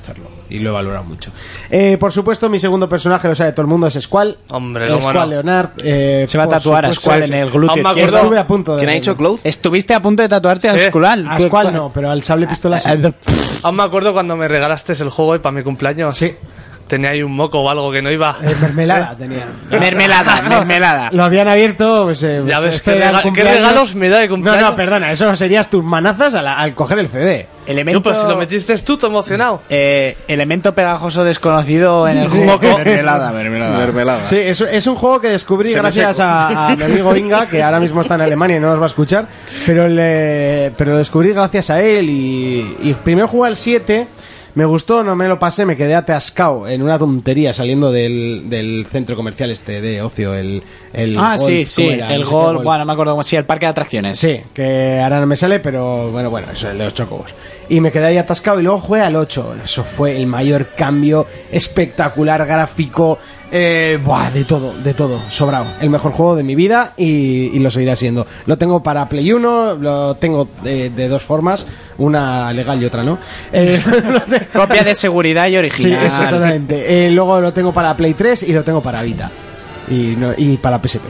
y lo he valorado mucho. Eh, por supuesto, mi segundo personaje, lo sabe todo el mundo, es Squall. Hombre, el cómo Squall no. Leonard. Eh, Se va a por tatuar a supuesto, Squall es- en el glúteo Aún me izquierdo. acuerdo- Estuve a punto de ¿Quién ha dicho Cloud? Estuviste a punto de tatuarte a Sí. Squall. A Squall no, pero al sable pistola sí. Aún me acuerdo cuando me regalaste el juego y para mi cumpleaños. Sí. Tenía ahí un moco o algo que no iba. Eh, mermelada tenía. Mermelada, mermelada. Lo habían abierto, pues, eh, Ya pues, ves, este qué era el rega- qué cumpleaños. regalos me da de cumpleaños. No, no, perdona, eso serías tus manazas al, al coger el C D. Elemento, Yo, pues si lo metiste tú, te emocionado. eh, elemento pegajoso desconocido en el Sí. juego. Mermelada, mermelada. Mermelada. Sí, es, es un juego que descubrí Se me gracias secó. a, a mi amigo Inga, que ahora mismo está en Alemania y no nos va a escuchar, pero, le, pero lo descubrí gracias a él y, y primero jugué al siete, me gustó, no me lo pasé, me quedé atascado en una tontería saliendo del, del centro comercial este de ocio, el... el Ah, Golf, sí, sí, ¿cómo era? el No sé qué gol, Golf. bueno, no me acuerdo cómo, sí, el parque de atracciones. Sí, que ahora no me sale, pero bueno, bueno, eso es el de los chocobos. Y me quedé ahí atascado y luego jugué al ocho. Eso fue el mayor cambio, espectacular, gráfico, eh, buah, de todo, de todo, sobrado. El mejor juego de mi vida y, y lo seguirá siendo. Lo tengo para Play uno, lo tengo de, de dos formas, una legal y otra no. Eh, lo tengo- Copia de seguridad y Sí, original. eso exactamente. Eh, luego lo tengo para Play tres y lo tengo para Vita. Y, no- y para P S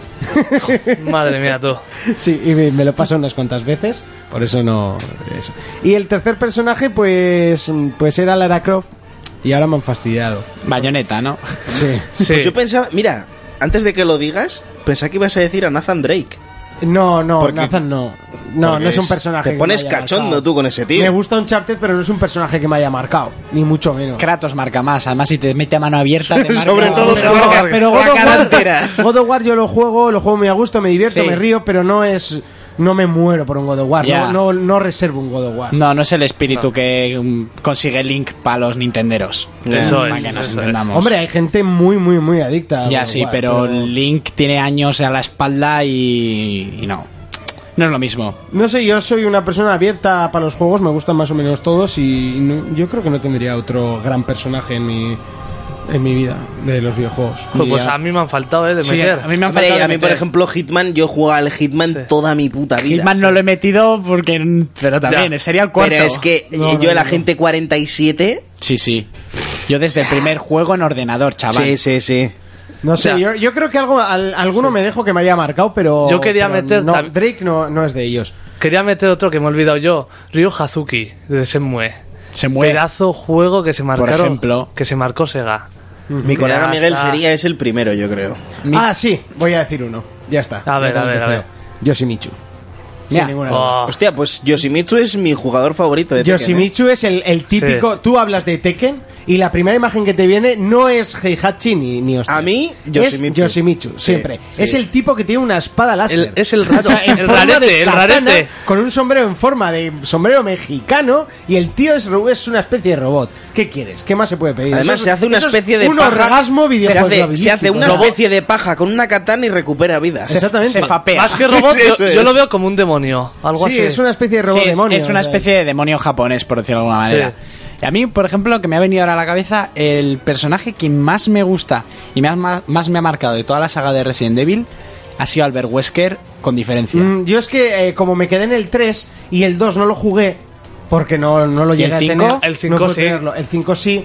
P. Madre mía, tú. Sí, y me, me lo paso unas cuantas veces, por eso no... Eso. Y el tercer personaje, pues pues era Lara Croft, y ahora me han fastidiado. Bayoneta, ¿no? Sí. Sí. Pues yo pensaba, mira, antes de que lo digas, pensaba que ibas a decir a Nathan Drake. No, no, Porque- Nathan no. No, porque no es un es- personaje te que pones me haya cachondo marcado. tú con ese tío. Me gusta Uncharted, pero no es un personaje que me haya marcado, ni mucho menos. Kratos marca más, además si te mete a mano abierta te marca. Sobre todo pero, te marca pero la God of cara War- entera. God of War yo lo juego, lo juego muy a gusto, me divierto, Sí. me río, pero no es... No me muero por un God of War, Ya. no, no, no reservo un God of War. No, no es el espíritu que um, consigue Link para los nintenderos. Eso Para es, que nos eso entendamos. Hombre, hay gente muy, muy, muy adicta. a God ya of sí, War, pero Link tiene años a la espalda y, y no. No es lo mismo. No sé, yo soy una persona abierta para los juegos, me gustan más o menos todos y no- yo creo que no tendría otro gran personaje en mi, en mi vida de los videojuegos. Joder, pues Ya. a mí me han faltado, eh, de Sí, meter. a mí me han Hombre, faltado a mí, de por meter. ejemplo, Hitman, yo juego al Hitman Sí. toda mi puta vida. Hitman no lo he metido porque... Pero también, Ya. sería el cuarto. Pero es que No, yo no, el no. Agente cuarenta y siete... Sí, sí. Yo desde el primer juego en ordenador, chaval. Sí, sí, sí. No sé, O sea, yo, yo creo que algo, al- alguno me dejo que me haya marcado, pero... Yo quería pero meter no, tam- Drake no, no es de ellos. Quería meter otro que me he olvidado yo. Ryo Hazuki, de Shenmue. Se muere. Pedazo juego que se marcaron, ejemplo. que se marcó Sega. Mi colega Ya Miguel está. sería es el primero, yo creo. Mi- Ah, sí, voy a decir uno. Ya está. A ver, Ya a ver, te a ver. Yoshimitsu. Mira. Sin ninguna duda. Oh, Hostia, pues Yoshimitsu es mi jugador favorito de Tekken, ¿eh? Yoshimitsu es el, el típico... Sí. Tú hablas de Tekken y la primera imagen que te viene no es Heihachi ni, ni hostia. A mí, Es Yoshimitsu. Yoshimitsu, Sí, siempre. sí. Es el tipo que tiene una espada láser. El- es el raro, en el forma rarete, de el katana, rarete. con un sombrero en forma de sombrero mexicano y el tío es, ro- es una especie de robot. ¿Qué quieres? ¿Qué más se puede pedir? Además, Eso es- se hace una eso es especie de un paja. orgasmo se, hace, videojuegabilístico. se hace una Robot. especie de paja con una katana y recupera vida. Exactamente. Se fapea. más que robot, yo, Eso es. yo lo veo como un demonio. Algo Sí, así. es una especie de robot Sí, es, demonio. es una o sea. especie de demonio japonés, por decirlo de alguna manera. Y a mí, por ejemplo, que me ha venido ahora a la cabeza, el personaje que más me gusta y más, más, más me ha marcado de toda la saga de Resident Evil ha sido Albert Wesker, con diferencia. Mm, yo es que eh, como me quedé en el tres y el dos no lo jugué porque no, no lo ¿Y el llegué a cinco? tener. El cinco no pude sí. tenerlo. El cinco sí.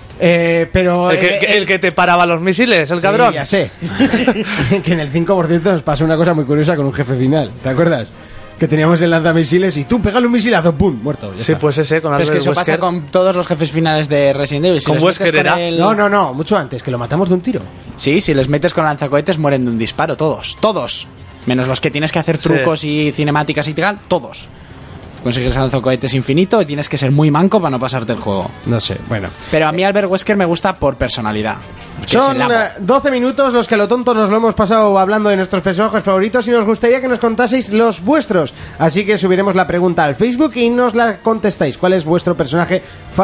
Eh, pero... El que, eh, el que te paraba los misiles, el sí, cabrón. ya sé. Que en el cinco, por cierto, nos pasó una cosa muy curiosa con un jefe final. ¿Te acuerdas? Que teníamos el lanzamisiles y tú pegale un misilazo, ¡pum! Muerto. Ya Sí, está. pues ese, con Pero es Albert que eso pasa Wesker. con todos los jefes finales de Resident Evil. Si Con les metes Wesker era. el- No, no, no. Mucho antes, que lo matamos de un tiro. Sí, si les metes con lanzacohetes mueren de un disparo, todos, todos. Menos los que tienes que hacer Sí. trucos y cinemáticas y tal, todos. Consigues el lanzacohetes infinito y tienes que ser muy manco para no pasarte el juego. No sé, bueno. Pero a mí Albert Wesker me gusta por personalidad. porque es Son el amo. eh, doce minutos los que a lo tonto nos lo hemos pasado hablando de nuestros personajes favoritos y nos gustaría que nos contaseis los vuestros. Así que subiremos la pregunta al Facebook y nos la contestáis. ¿Cuál es vuestro personaje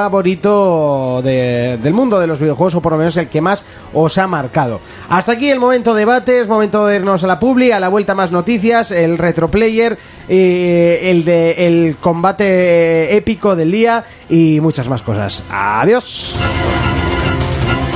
favorito de- del mundo de los videojuegos o por lo menos el que más os ha marcado? Hasta aquí el momento debate, es momento de irnos a la publi, a la vuelta más noticias, el retroplayer, eh, el de el combate épico del día y muchas más cosas. Adiós.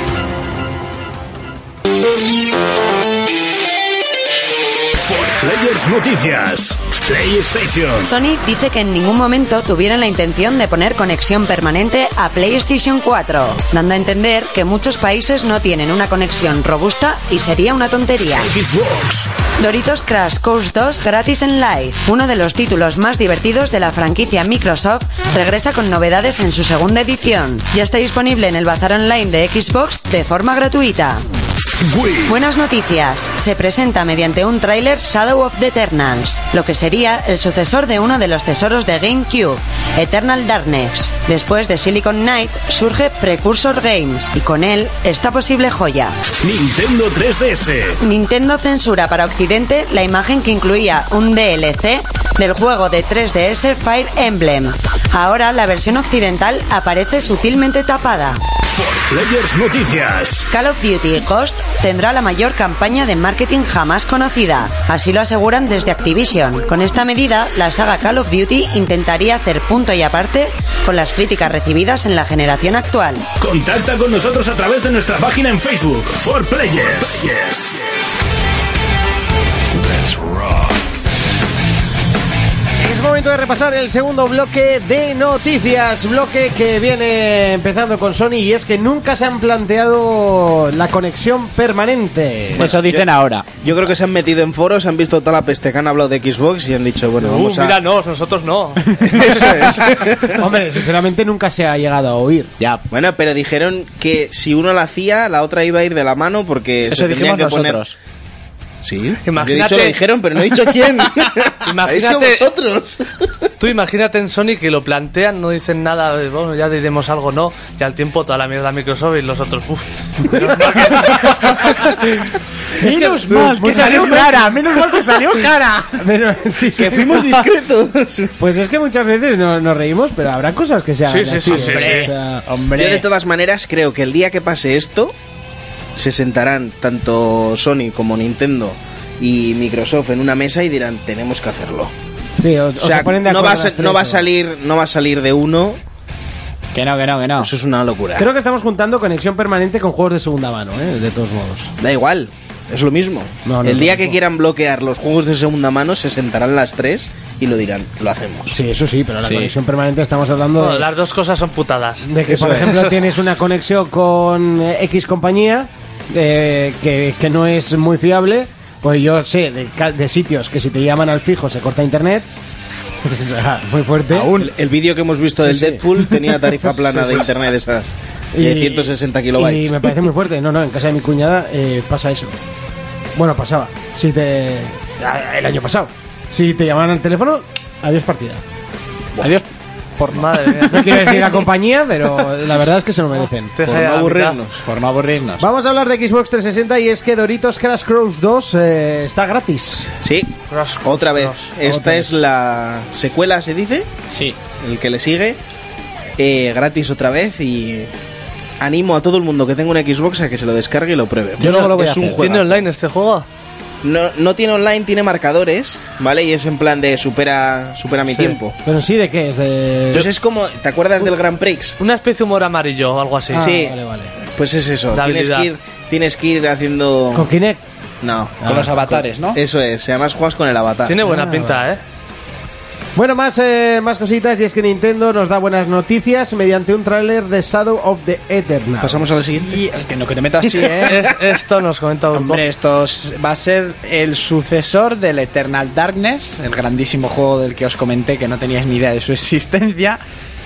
Players Players Noticias. PlayStation. Sony dice que en ningún momento tuvieron la intención de poner conexión permanente a PlayStation cuatro, dando a entender que muchos países no tienen una conexión robusta y sería una tontería. Xbox. Doritos Crash Course dos gratis en Live. Uno de los títulos más divertidos de la franquicia Microsoft regresa con novedades en su segunda edición. Ya está disponible en el bazar online de Xbox de forma gratuita. Wii. Buenas noticias. Se presenta mediante un tráiler Shadow of the Eternals, lo que sería el sucesor de uno de los tesoros de GameCube, Eternal Darkness. Después de Silicon Knight surge Precursor Games y con él esta posible joya. Nintendo tres D S. Nintendo censura para Occidente la imagen que incluía un D L C del juego de tres D S Fire Emblem. Ahora la versión occidental aparece sutilmente tapada. Players Noticias. Call of Duty Ghost tendrá la mayor campaña de marketing jamás conocida. Así lo aseguran desde Activision. Con esta medida, la saga Call of Duty intentaría hacer punto y aparte con las críticas recibidas en la generación actual. Contacta con nosotros a través de nuestra página en Facebook, For Players. Yes. Es momento de repasar el segundo bloque de noticias, bloque que viene empezando con Sony, y es que nunca se han planteado la conexión permanente. Bueno, eso dicen yo, ahora. Yo creo que se han metido en foros, han visto toda la peste que han hablado de Xbox y han dicho, bueno, vamos uh, a... míranos, nosotros no. Eso es. Hombre, sinceramente nunca se ha llegado a oír. Ya. Bueno, pero dijeron que si uno la hacía, la otra iba a ir de la mano porque Eso se tendrían dijimos que poner... nosotros. Sí, Imagínate- yo he dicho lo dijeron, pero no he dicho quién. Habéis sido Imagínate- vosotros. Tú imagínate en Sony que lo plantean, no dicen nada, bueno, ya diremos algo, no, y al tiempo toda la mierda Microsoft y los otros, uff. Menos mal, que salió cara, menos mal que salió cara. Pero, sí, Que fuimos discretos. Pues es que muchas veces no- nos reímos, pero habrá cosas que se hagan Sí, sí, así, sí, sí, ¿eh? sí. O sea, Hombre, Yo de todas maneras creo que el día que pase esto, se sentarán tanto Sony como Nintendo y Microsoft en una mesa y dirán, tenemos que hacerlo. sí, o, O sea, se ponen de no acuerdo va, a ser- las tres, no va a ¿no? salir, no va a salir de uno. que no, que no, que no. Eso es una locura. Creo que estamos juntando conexión permanente con juegos de segunda mano, ¿eh? De todos modos. Da igual, es lo mismo. No, no, el no, día no. que quieran bloquear los juegos de segunda mano, se sentarán las tres y lo dirán, lo hacemos. Sí, eso sí, pero la Sí. conexión permanente estamos hablando Bueno, de, las dos cosas son putadas. de que, Eso por es. ejemplo, tienes una conexión con eh, X compañía eh, que, que no es muy fiable. Pues yo sé de, ca- de sitios que si te llaman al fijo se corta internet. O sea, muy fuerte. El, el vídeo que hemos visto Sí, del sí. Deadpool tenía tarifa plana de internet de esas. De ciento sesenta kilobytes. Y me parece muy fuerte. No, no, en casa de mi cuñada eh, pasa eso. Bueno, pasaba. Si te... El año pasado. Si te llamaban al teléfono, adiós partida. Adiós. Por madre mía. No quiero decir la compañía, pero la verdad es que se lo merecen. Te Por deja no ya la aburrirnos. mitad. Por no aburrirnos. Vamos a hablar de Xbox trescientos sesenta y es que Doritos Crash Course dos eh, está gratis. Sí, Crash otra vez. Course Esta Otra es la secuela, se dice. Sí. El que le sigue. Eh, gratis otra vez y animo a todo el mundo que tenga una Xbox a que se lo descargue y lo pruebe. Yo luego lo voy es a un hacer. juegazo. ¿Tiene online este juego? No, no tiene online, tiene marcadores, ¿vale? Y es en plan de supera, supera mi tiempo. Pero sí, ¿de qué? Es de... Pues es como, ¿te acuerdas del Grand Prix? Una especie de humor amarillo o algo así. Ah, sí. vale, vale. Pues es eso, La tienes habilidad. que, ir, tienes que ir haciendo... ¿Con Kinect? No, Con los avatares, ¿no? eso es, además juegas con el avatar. Tiene buena Ah, pinta, ¿eh? Bueno, más, eh, más cositas, y es que Nintendo nos da buenas noticias mediante un tráiler de Shadow of the Eternal. Pasamos a la siguiente. Y el que no que te metas así, ¿eh? Es- esto nos comenta un Hombre, esto es- va a ser el sucesor del Eternal Darkness, el grandísimo juego del que os comenté que no teníais ni idea de su existencia.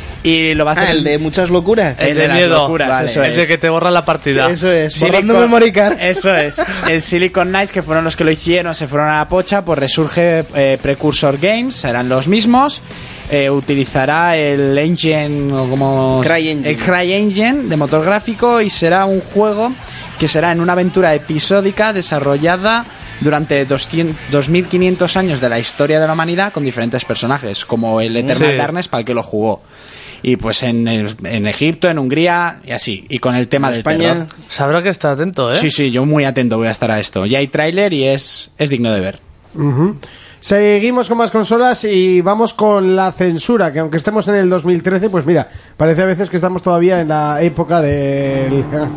Y lo va a hacer Ah, el de muchas locuras. el el de de las miedo. locuras, Vale. eso el es. de que te borra la partida. Eso es, Silicon- borrando memory card. Eso es. El Silicon Knights, que fueron los que lo hicieron, se fueron a la pocha, pues resurge eh, Precursor Games, serán los mismos. Eh, utilizará el engine, o como... CryEngine. El CryEngine de motor gráfico, y será un juego que será en una aventura episódica desarrollada durante doscientos, dos mil quinientos años de la historia de la humanidad con diferentes personajes, como el Eternal Sí. Darkness para el que lo jugó. Y pues en, en Egipto, en Hungría y así. Y con el tema En del España. terror. Sabrá que está atento, ¿eh? Sí, sí, yo muy atento voy a estar a esto. Ya hay tráiler y es, es digno de ver. Ujú. Seguimos con más consolas y vamos con la censura, que aunque estemos en el dos mil trece, pues mira, parece a veces que estamos todavía en la época del...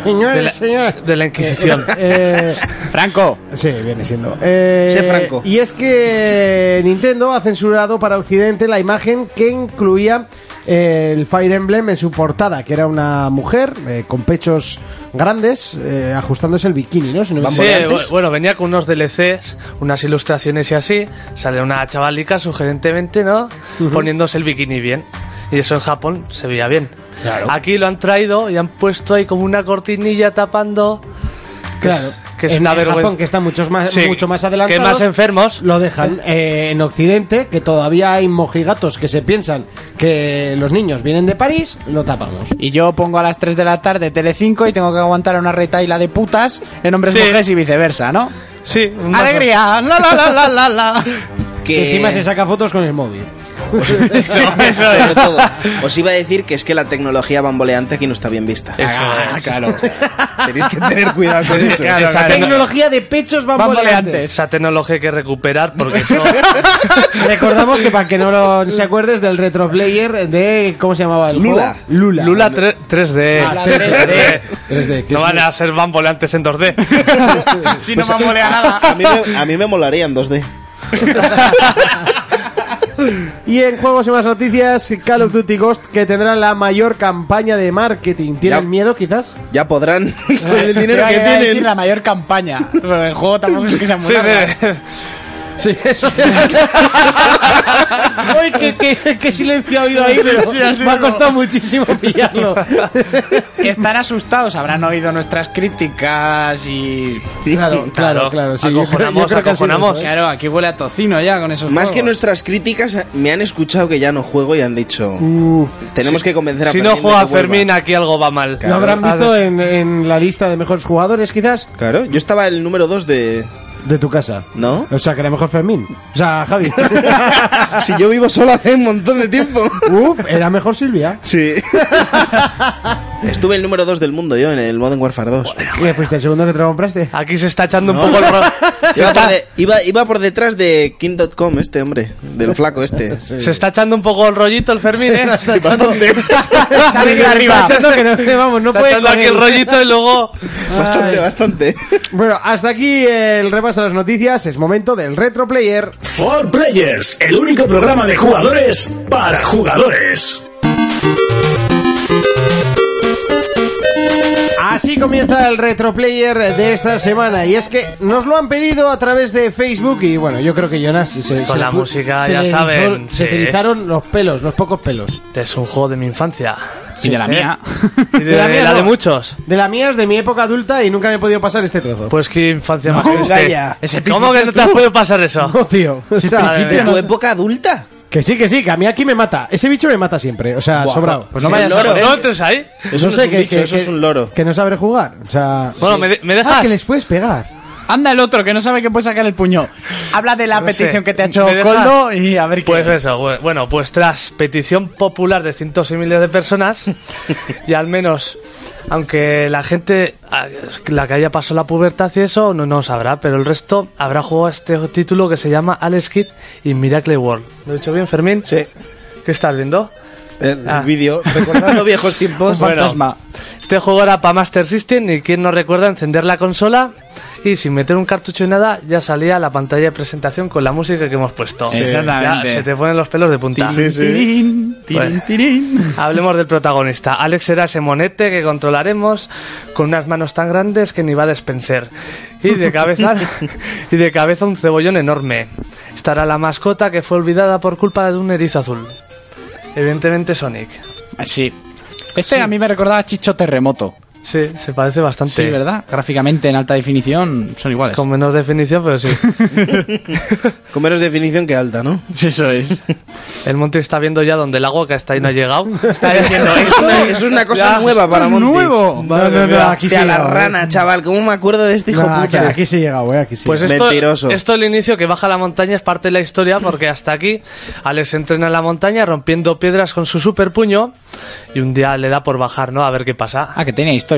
Señores, de la, señores. de la Inquisición. Eh, Franco. sí, viene siendo. Eh, Sí, Franco. Y es que Nintendo ha censurado para Occidente la imagen que incluía eh, el Fire Emblem en su portada, que era una mujer eh, con pechos grandes eh, ajustándose el bikini, ¿no? Si no me Sí, equivoco. bu- bueno, venía con unos D L Cs, unas ilustraciones y así. Sale una chavalica sugerentemente, ¿no? Poniéndose el bikini bien. Y eso en Japón se veía bien. Claro. Aquí lo han traído y han puesto ahí como una cortinilla tapando. que Claro. es- Que es en, una en vergüenza. Japón, que está muchos más, Sí, mucho más adelantados, que más enfermos. lo dejan. Eh, en Occidente, que todavía hay mojigatos que se piensan que los niños vienen de París, lo tapamos. Y yo pongo a las tres de la tarde Telecinco y tengo que aguantar a una retaila de putas en hombres Sí. mujeres y viceversa, ¿no? Sí, un mazo. ¡Alegría! ¡La, la, la, la, la, la! Que Que encima se saca fotos con el móvil. Eso, eso Sobre es. todo, os iba a decir que es que la tecnología bamboleante aquí no está bien vista. Eso Ah, es. claro. Tenéis que tener cuidado con eso. Claro, Esa claro. tecnología de pechos bamboleantes. Esa tecnología hay que recuperar porque eso. Recordamos que para que no lo, se acuerdes del retroplayer de... ¿Cómo se llamaba el Lula. juego? Lula. Lula tre- tres D. Ah, tres D. tres D, que No es van muy- a ser bamboleantes en dos D. Si no me amolea nada. A mí me, a mí me molaría en dos D. Y en juegos y más noticias, Call of Duty Ghost, que tendrá la mayor campaña de marketing. ¿Tienen Ya. miedo, quizás? Ya podrán con el dinero Iba a que decir tienen. la mayor campaña. Pero el juego tampoco es que sea muy Sí, largo. sí. Sí, eso. Uy, qué, qué, qué silencio ha habido ahí, Sí, pero sí, ha sido me ha como- costado muchísimo pillarlo. Están asustados, habrán oído nuestras críticas y... Claro, claro, claro. Sí, yo creo- yo Acojonamos, creo que ha sido acojonamos. eso, ¿eh? Claro, aquí huele a tocino ya con esos Más que juegos. nuestras críticas, me han escuchado que ya no juego y han dicho: Uh, tenemos que convencer a Si Fermín no de juega que vuelva". Fermín, aquí algo va mal. ¿Lo habrán visto en, en la lista de mejores jugadores, quizás? Claro, yo estaba el número dos de. De tu casa. ¿No? O sea, que era mejor Fermín. O sea, Javi. Si yo vivo solo hace un montón de tiempo. Uf, era mejor Silvia. Sí. Estuve el número dos del mundo yo en el Modern Warfare dos. ¿Qué fuiste el segundo que te lo compraste? Aquí se está echando un poco el ro- Iba por, de- iba, iba por detrás de King punto com, este hombre, del flaco este. Se está echando un poco el rollito el Fermín, ¿eh? Está echando- Sale de arriba. Está echando que no, que vamos, no Está puede echando con aquí el él. rollito y luego... Bastante, bastante. Bueno, hasta aquí el repaso de las noticias. Es momento del Retro Player. For Players, el único programa de jugadores para jugadores. Así comienza el Retro Player de esta semana. Y es que nos lo han pedido a través de Facebook. Y bueno, yo creo que Jonas se, se Con le la pu- música, se ya le erizó- saben, Se sí. utilizaron los pelos, los pocos pelos. Este es un juego de mi infancia. Y de la ¿Eh? mía. Y de, De la la, mía de no. muchos. De la mía es de mi época adulta y nunca me he podido pasar este trozo. Pues qué infancia más triste. Calla. Ese ¿Cómo que no te has podido pasar eso? No, tío. O sea, principio ¿De tu época adulta? que sí, que sí, que a mí aquí me mata. Ese bicho me mata siempre. O sea, Buah, sobrado. Pues no Sí, vayas el a loro. no entres ahí. Eso no, es un bicho, eso es un loro. Que no sabré jugar. O sea. Bueno, ¿me, de- me dejas? Ah, que les puedes pegar. Anda el otro que no sabe que puede sacar el puño. Habla de la No sé. petición que te ha hecho ¿Me dejas? Coldo y a ver qué Pues es. eso, bu- bueno, pues tras petición popular de cientos y miles de personas, y al menos, aunque la gente, a- la que haya pasado la pubertad y eso, no no sabrá, pero el resto habrá jugado a este título que se llama Alex Kidd in Miracle World. ¿Lo he dicho bien, Fermín? Sí. ¿Qué estás viendo? El, Ah. el vídeo, recordando viejos tiempos. Un fantasma. Este juego era para Master System y quien no recuerda encender la consola y sin meter un cartucho ni nada ya salía la pantalla de presentación con la música que hemos puesto. Sí. Exactamente. Ya se te ponen los pelos de punta. Tirín, tirín, Bueno. tirín. Hablemos del protagonista. Alex será ese monete que controlaremos con unas manos tan grandes que ni va a despensar. Y de cabeza y de cabeza un cebollón enorme. Estará la mascota que fue olvidada por culpa de un erizo azul. Evidentemente Sonic. Sí. Este a mí me recordaba a Chicho Terremoto. Sí, se parece bastante. Sí, ¿verdad? Gráficamente en alta definición son iguales. Con menos definición, pero sí. Con menos definición que alta, ¿no? Eso es. El Monty está viendo ya donde el agua que hasta ahí no ha llegado. Está diciendo Eso, eso es una cosa Ya, nueva para Monty. nuevo. No, no, no, aquí sí Hostia, he la llegado, eh. rana, chaval. ¿Cómo me acuerdo de este hijo Nah, aquí, puta? aquí sí he llegado, eh, aquí sí. Pues esto, Mentiroso. esto el inicio que baja la montaña es parte de la historia porque hasta aquí Alex entrena en la montaña rompiendo piedras con su super puño y un día le da por bajar, ¿no? A ver qué pasa. Ah, que tenía historia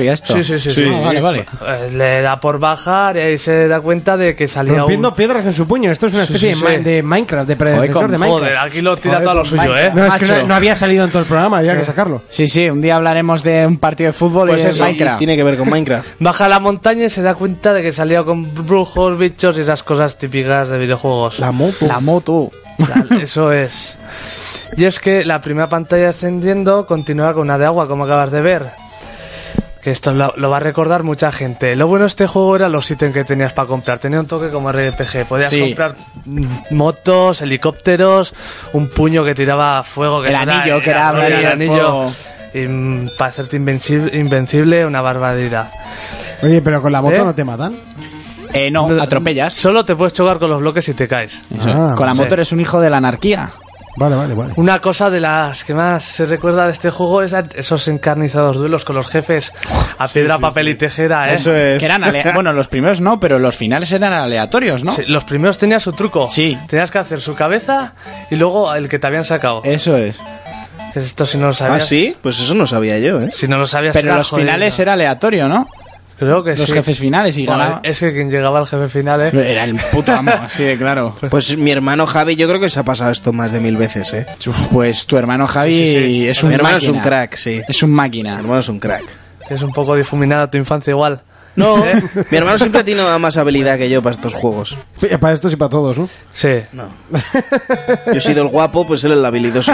historia esto. Sí, sí, sí. Sí. sí. Ah, vale, vale. Eh, Le da por bajar y ahí se da cuenta de que salía Rompiendo un... piedras en su puño. Esto es una Sí, especie sí, de, sí. ma- de Minecraft, de predecesor con- de Minecraft. Joder, aquí lo tira Joder, todo a lo con suyo, Minecraft. ¿eh? No, es que macho. no, no había salido en todo el programa, había que sacarlo. Sí, sí, un día hablaremos de un partido de fútbol Pues y de eso, Minecraft. Tiene que ver con Minecraft. Baja a la montaña y se da cuenta de que salía con brujos, bichos y esas cosas típicas de videojuegos. La moto. La moto. Eso es. Y es que la primera pantalla ascendiendo continúa con una de agua, como acabas de ver. Que esto lo, lo va a recordar mucha gente. Lo bueno de este juego era los ítems que tenías para comprar. Tenía un toque como R P G. Podías Sí. comprar mm, motos, helicópteros, un puño que tiraba fuego. Que El eso anillo, que era el abrir el anillo. fuego. Y mm, para hacerte invencible, invencible, una barbaridad. Oye, pero con la moto ¿Eh? no te matan. Eh, no, atropellas. Solo te puedes chocar con los bloques y te caes. Eso. Ah, Con la sí. moto eres un hijo de la anarquía. Vale, vale, vale. Una cosa de las que más se recuerda de este juego es a- esos encarnizados duelos con los jefes a piedra, papel y tijera, ¿eh? Eso es. Que eran alea- bueno, los primeros no, pero los finales eran aleatorios, ¿no? Sí, los primeros tenían su truco. Sí. Tenías que hacer su cabeza y luego el que te habían sacado. Eso es. Esto si no lo ¿Ah, sabías. sí? Pues eso no sabía yo, ¿eh? Si no lo sabías. Pero era los jodido. finales era aleatorio, ¿no? Creo que Los sí. jefes finales y Joder, ganaba. es que quien llegaba al jefe final, ¿eh? Era el puto amo, así de claro. Pues mi hermano Javi, yo creo que se ha pasado esto más de mil veces, ¿eh? Pues tu hermano Javi Sí, sí, sí. es un Mi hermano es máquina. un crack, sí. Es un Mi máquina. hermano es un crack. Es un poco difuminada tu infancia igual. No, ¿Eh? mi hermano siempre ha tenido más habilidad que yo para estos juegos. Para estos y para todos, ¿no? Sí. No. Yo he sido el guapo, pues él el habilidoso.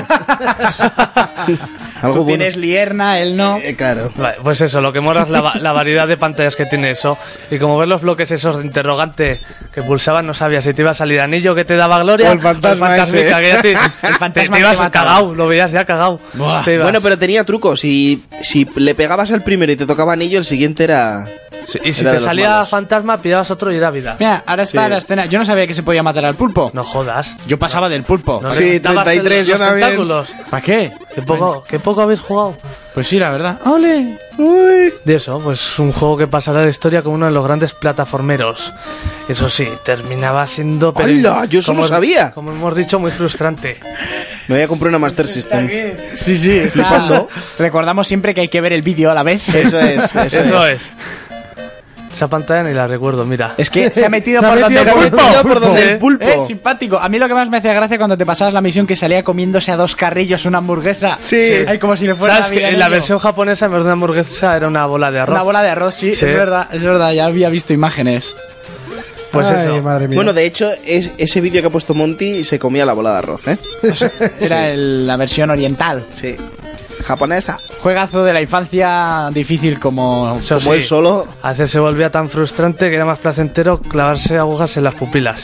Algo Tú bueno. tienes Lierna, él no. Eh, claro. Vale, pues eso, lo que mola es la, va- la variedad de pantallas que tiene eso. Y como ver los bloques esos de interrogante que pulsaban, no sabías si te iba a salir anillo que te daba gloria O el fantasma fantasmica, ese. que ya te, El fantasma te, que te ibas te mataba. cagao, lo veías ya cagao. Buah. Te ibas. Bueno, pero tenía trucos. Si, si le pegabas al primero y te tocaba anillo, el siguiente era... Sí, y si era te de los salía malos. fantasma, pillabas otro y era vida. Mira, ahora está Sí. la escena. Yo no sabía que se podía matar al pulpo. No jodas. Yo pasaba del pulpo. No Sí, reventabas treinta y tres, el- yo los también. tentáculos. ¿Para qué? Qué poco, qué poco habéis jugado. Pues sí, la verdad. ¡Ole! De eso, pues un juego que pasará a la historia como uno de los grandes plataformeros. Eso sí, terminaba siendo... pero- ¡Hala! Yo eso no como- sabía. Como hemos dicho, muy frustrante. Me voy a comprar una Master System. Sí, sí, está. Recordamos siempre que hay que ver el vídeo a la vez. Eso es, eso, Eso es. es. Esa pantalla ni la recuerdo, mira. Es que se ha metido Se ha por metido donde por- el pulpo. Metido por donde ¿Eh? el pulpo. Es simpático. A mí lo que más me hacía gracia cuando te pasabas la misión que salía comiéndose a dos carrillos una hamburguesa. Sí. Ay, como si le fuera ¿Sabes la que vida en en la ello. versión japonesa en vez de una hamburguesa era una bola de arroz? Una bola de arroz, sí, Sí. es verdad, es verdad, ya había visto imágenes. Pues Ay, eso. madre mía. Bueno, de hecho, es, ese vídeo que ha puesto Monty se comía la bola de arroz, ¿eh? Era el- la versión oriental. Sí. Japonesa. Juegazo de la infancia difícil como... Eso Como sí, él solo. a veces se volvía tan frustrante que era más placentero clavarse agujas en las pupilas.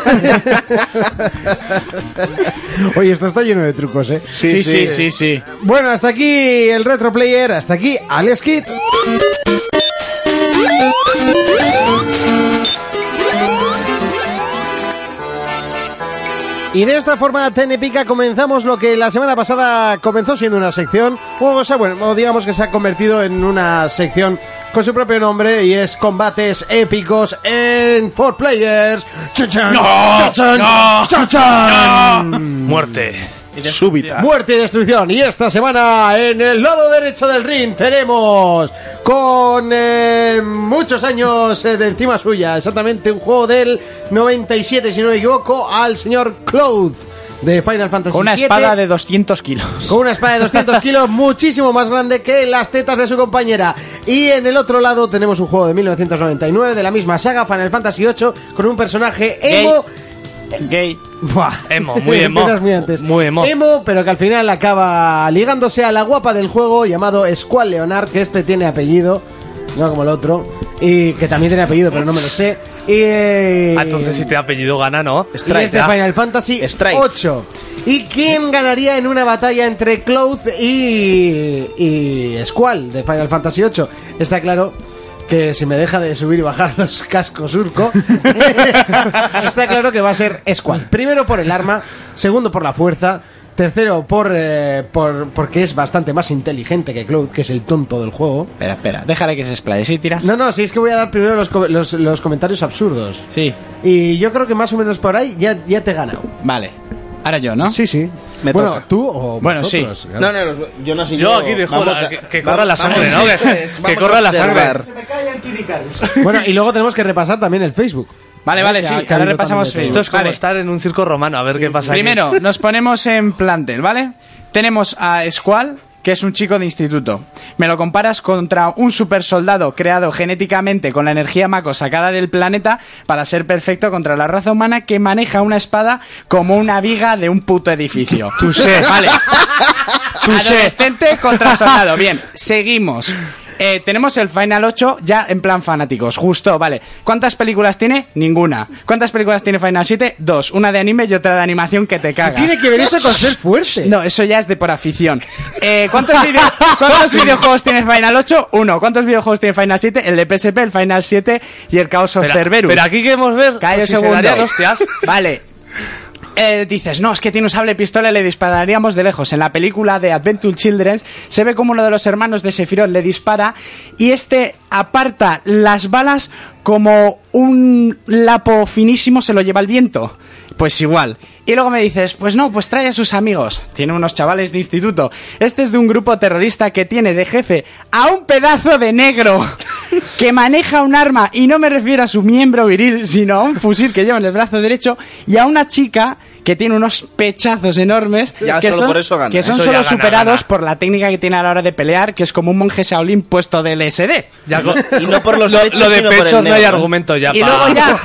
Oye, esto está lleno de trucos, ¿eh? Sí, sí, sí, sí. Bueno, hasta aquí el Retro Player, hasta aquí Alex Kidd. Y de esta forma tan épica comenzamos lo que la semana pasada comenzó siendo una sección, o sea, bueno, o digamos que se ha convertido en una sección con su propio nombre y es combates épicos en cuatro players. ¡Chan, chan! ¡Chan, chan! ¡Chan, chan! Muerte. Súbita. Muerte y destrucción. Y esta semana en el lado derecho del ring tenemos con eh, muchos años eh, de encima suya, exactamente un juego del noventa y siete si no me equivoco, al señor Cloud de Final Fantasy Con una siete, espada de doscientos kilos. con una espada de doscientos kilos muchísimo más grande que las tetas de su compañera. Y en el otro lado tenemos un juego de mil novecientos noventa y nueve de la misma saga, Final Fantasy ocho, con un personaje emo. Gay. Buah. Emo, muy emo. Empiezas muy antes. Muy emo. Emo, pero que al final acaba ligándose a la guapa del juego llamado Squall Leonard, que este tiene apellido, no como el otro, y que también tiene apellido, pero no me lo sé. Y, eh, Ah, entonces si te ha apellido gana, ¿no? y es de Final Fantasy Strike. ocho. ¿Y quién ganaría en una batalla entre Cloud y, y Squall de Final Fantasy ocho? Está claro que si me deja de subir y bajar los cascos Urco, está claro que va a ser Squall. Primero por el arma, segundo por la fuerza, tercero por, eh, por porque es bastante más inteligente que Cloud, que es el tonto del juego. Espera, espera, déjale que se explaye. Sí, tira. No, no, si es que voy a dar primero los, co- los, los comentarios absurdos. Sí, Y yo creo que más o menos por ahí ya, ya te he ganado. vale. Ahora yo, ¿no? Sí, sí. Me bueno, toca. tú o Bueno, vosotros, sí. claro. No, no, los- yo no soy Yo yo. aquí dejo Vamos la- a- que- que corra vamos- la sangre, vamos, ¿no? Que- eso es, que vamos corra a la sangre. observar. Bueno, y luego tenemos que repasar también el Facebook. Vale, vale, Que sí, ha- que ha ahora habido repasamos también de Facebook. Esto es como Vale. estar en un circo romano, a ver qué pasa aquí. Primero, nos ponemos en plantel, ¿vale? Tenemos a Squall, que es un chico de instituto. Me lo comparas contra un super soldado creado genéticamente con la energía Mako sacada del planeta para ser perfecto contra la raza humana que maneja una espada como una viga de un puto edificio. Touché. Vale. Adolescente contra soldado. Bien, seguimos. Eh, tenemos el Final ocho ya en plan fanáticos, justo, vale. ¿Cuántas películas tiene? Ninguna. ¿Cuántas películas tiene Final siete? Dos. Una de anime y otra de animación que te cagas. Tiene que ver eso con ser fuerte. No, eso ya es de por afición. Eh, ¿cuántos, video- ¿Cuántos videojuegos tiene Final ocho? Uno. ¿Cuántos videojuegos tiene Final siete? El de P S P, el Final siete y el Chaos of Pero, Cerberus. pero aquí queremos ver Calla pues, un si se segundo. darían hostias. Vale. Eh, dices, no, es que tiene un sable pistola y le dispararíamos de lejos. En la película de Adventure Children se ve como uno de los hermanos de Sephiroth le dispara y este aparta las balas como un lapo finísimo se lo lleva el viento. Pues igual. Y luego me dices, pues no, pues trae a sus amigos. Tiene unos chavales de instituto. Este es de un grupo terrorista que tiene de jefe a un pedazo de negro que maneja un arma, y no me refiero a su miembro viril, sino a un fusil que lleva en el brazo derecho, y a una chica que tiene unos pechazos enormes Ya, que solo son, por eso gana. que son Eso solo ya gana, superados gana. por la técnica que tiene a la hora de pelear, que es como un monje Shaolin puesto de L S D. Ya con- Y no por los lo, pechos, lo de sino por el pechos no hay negro. argumento ya. Y pa- luego ya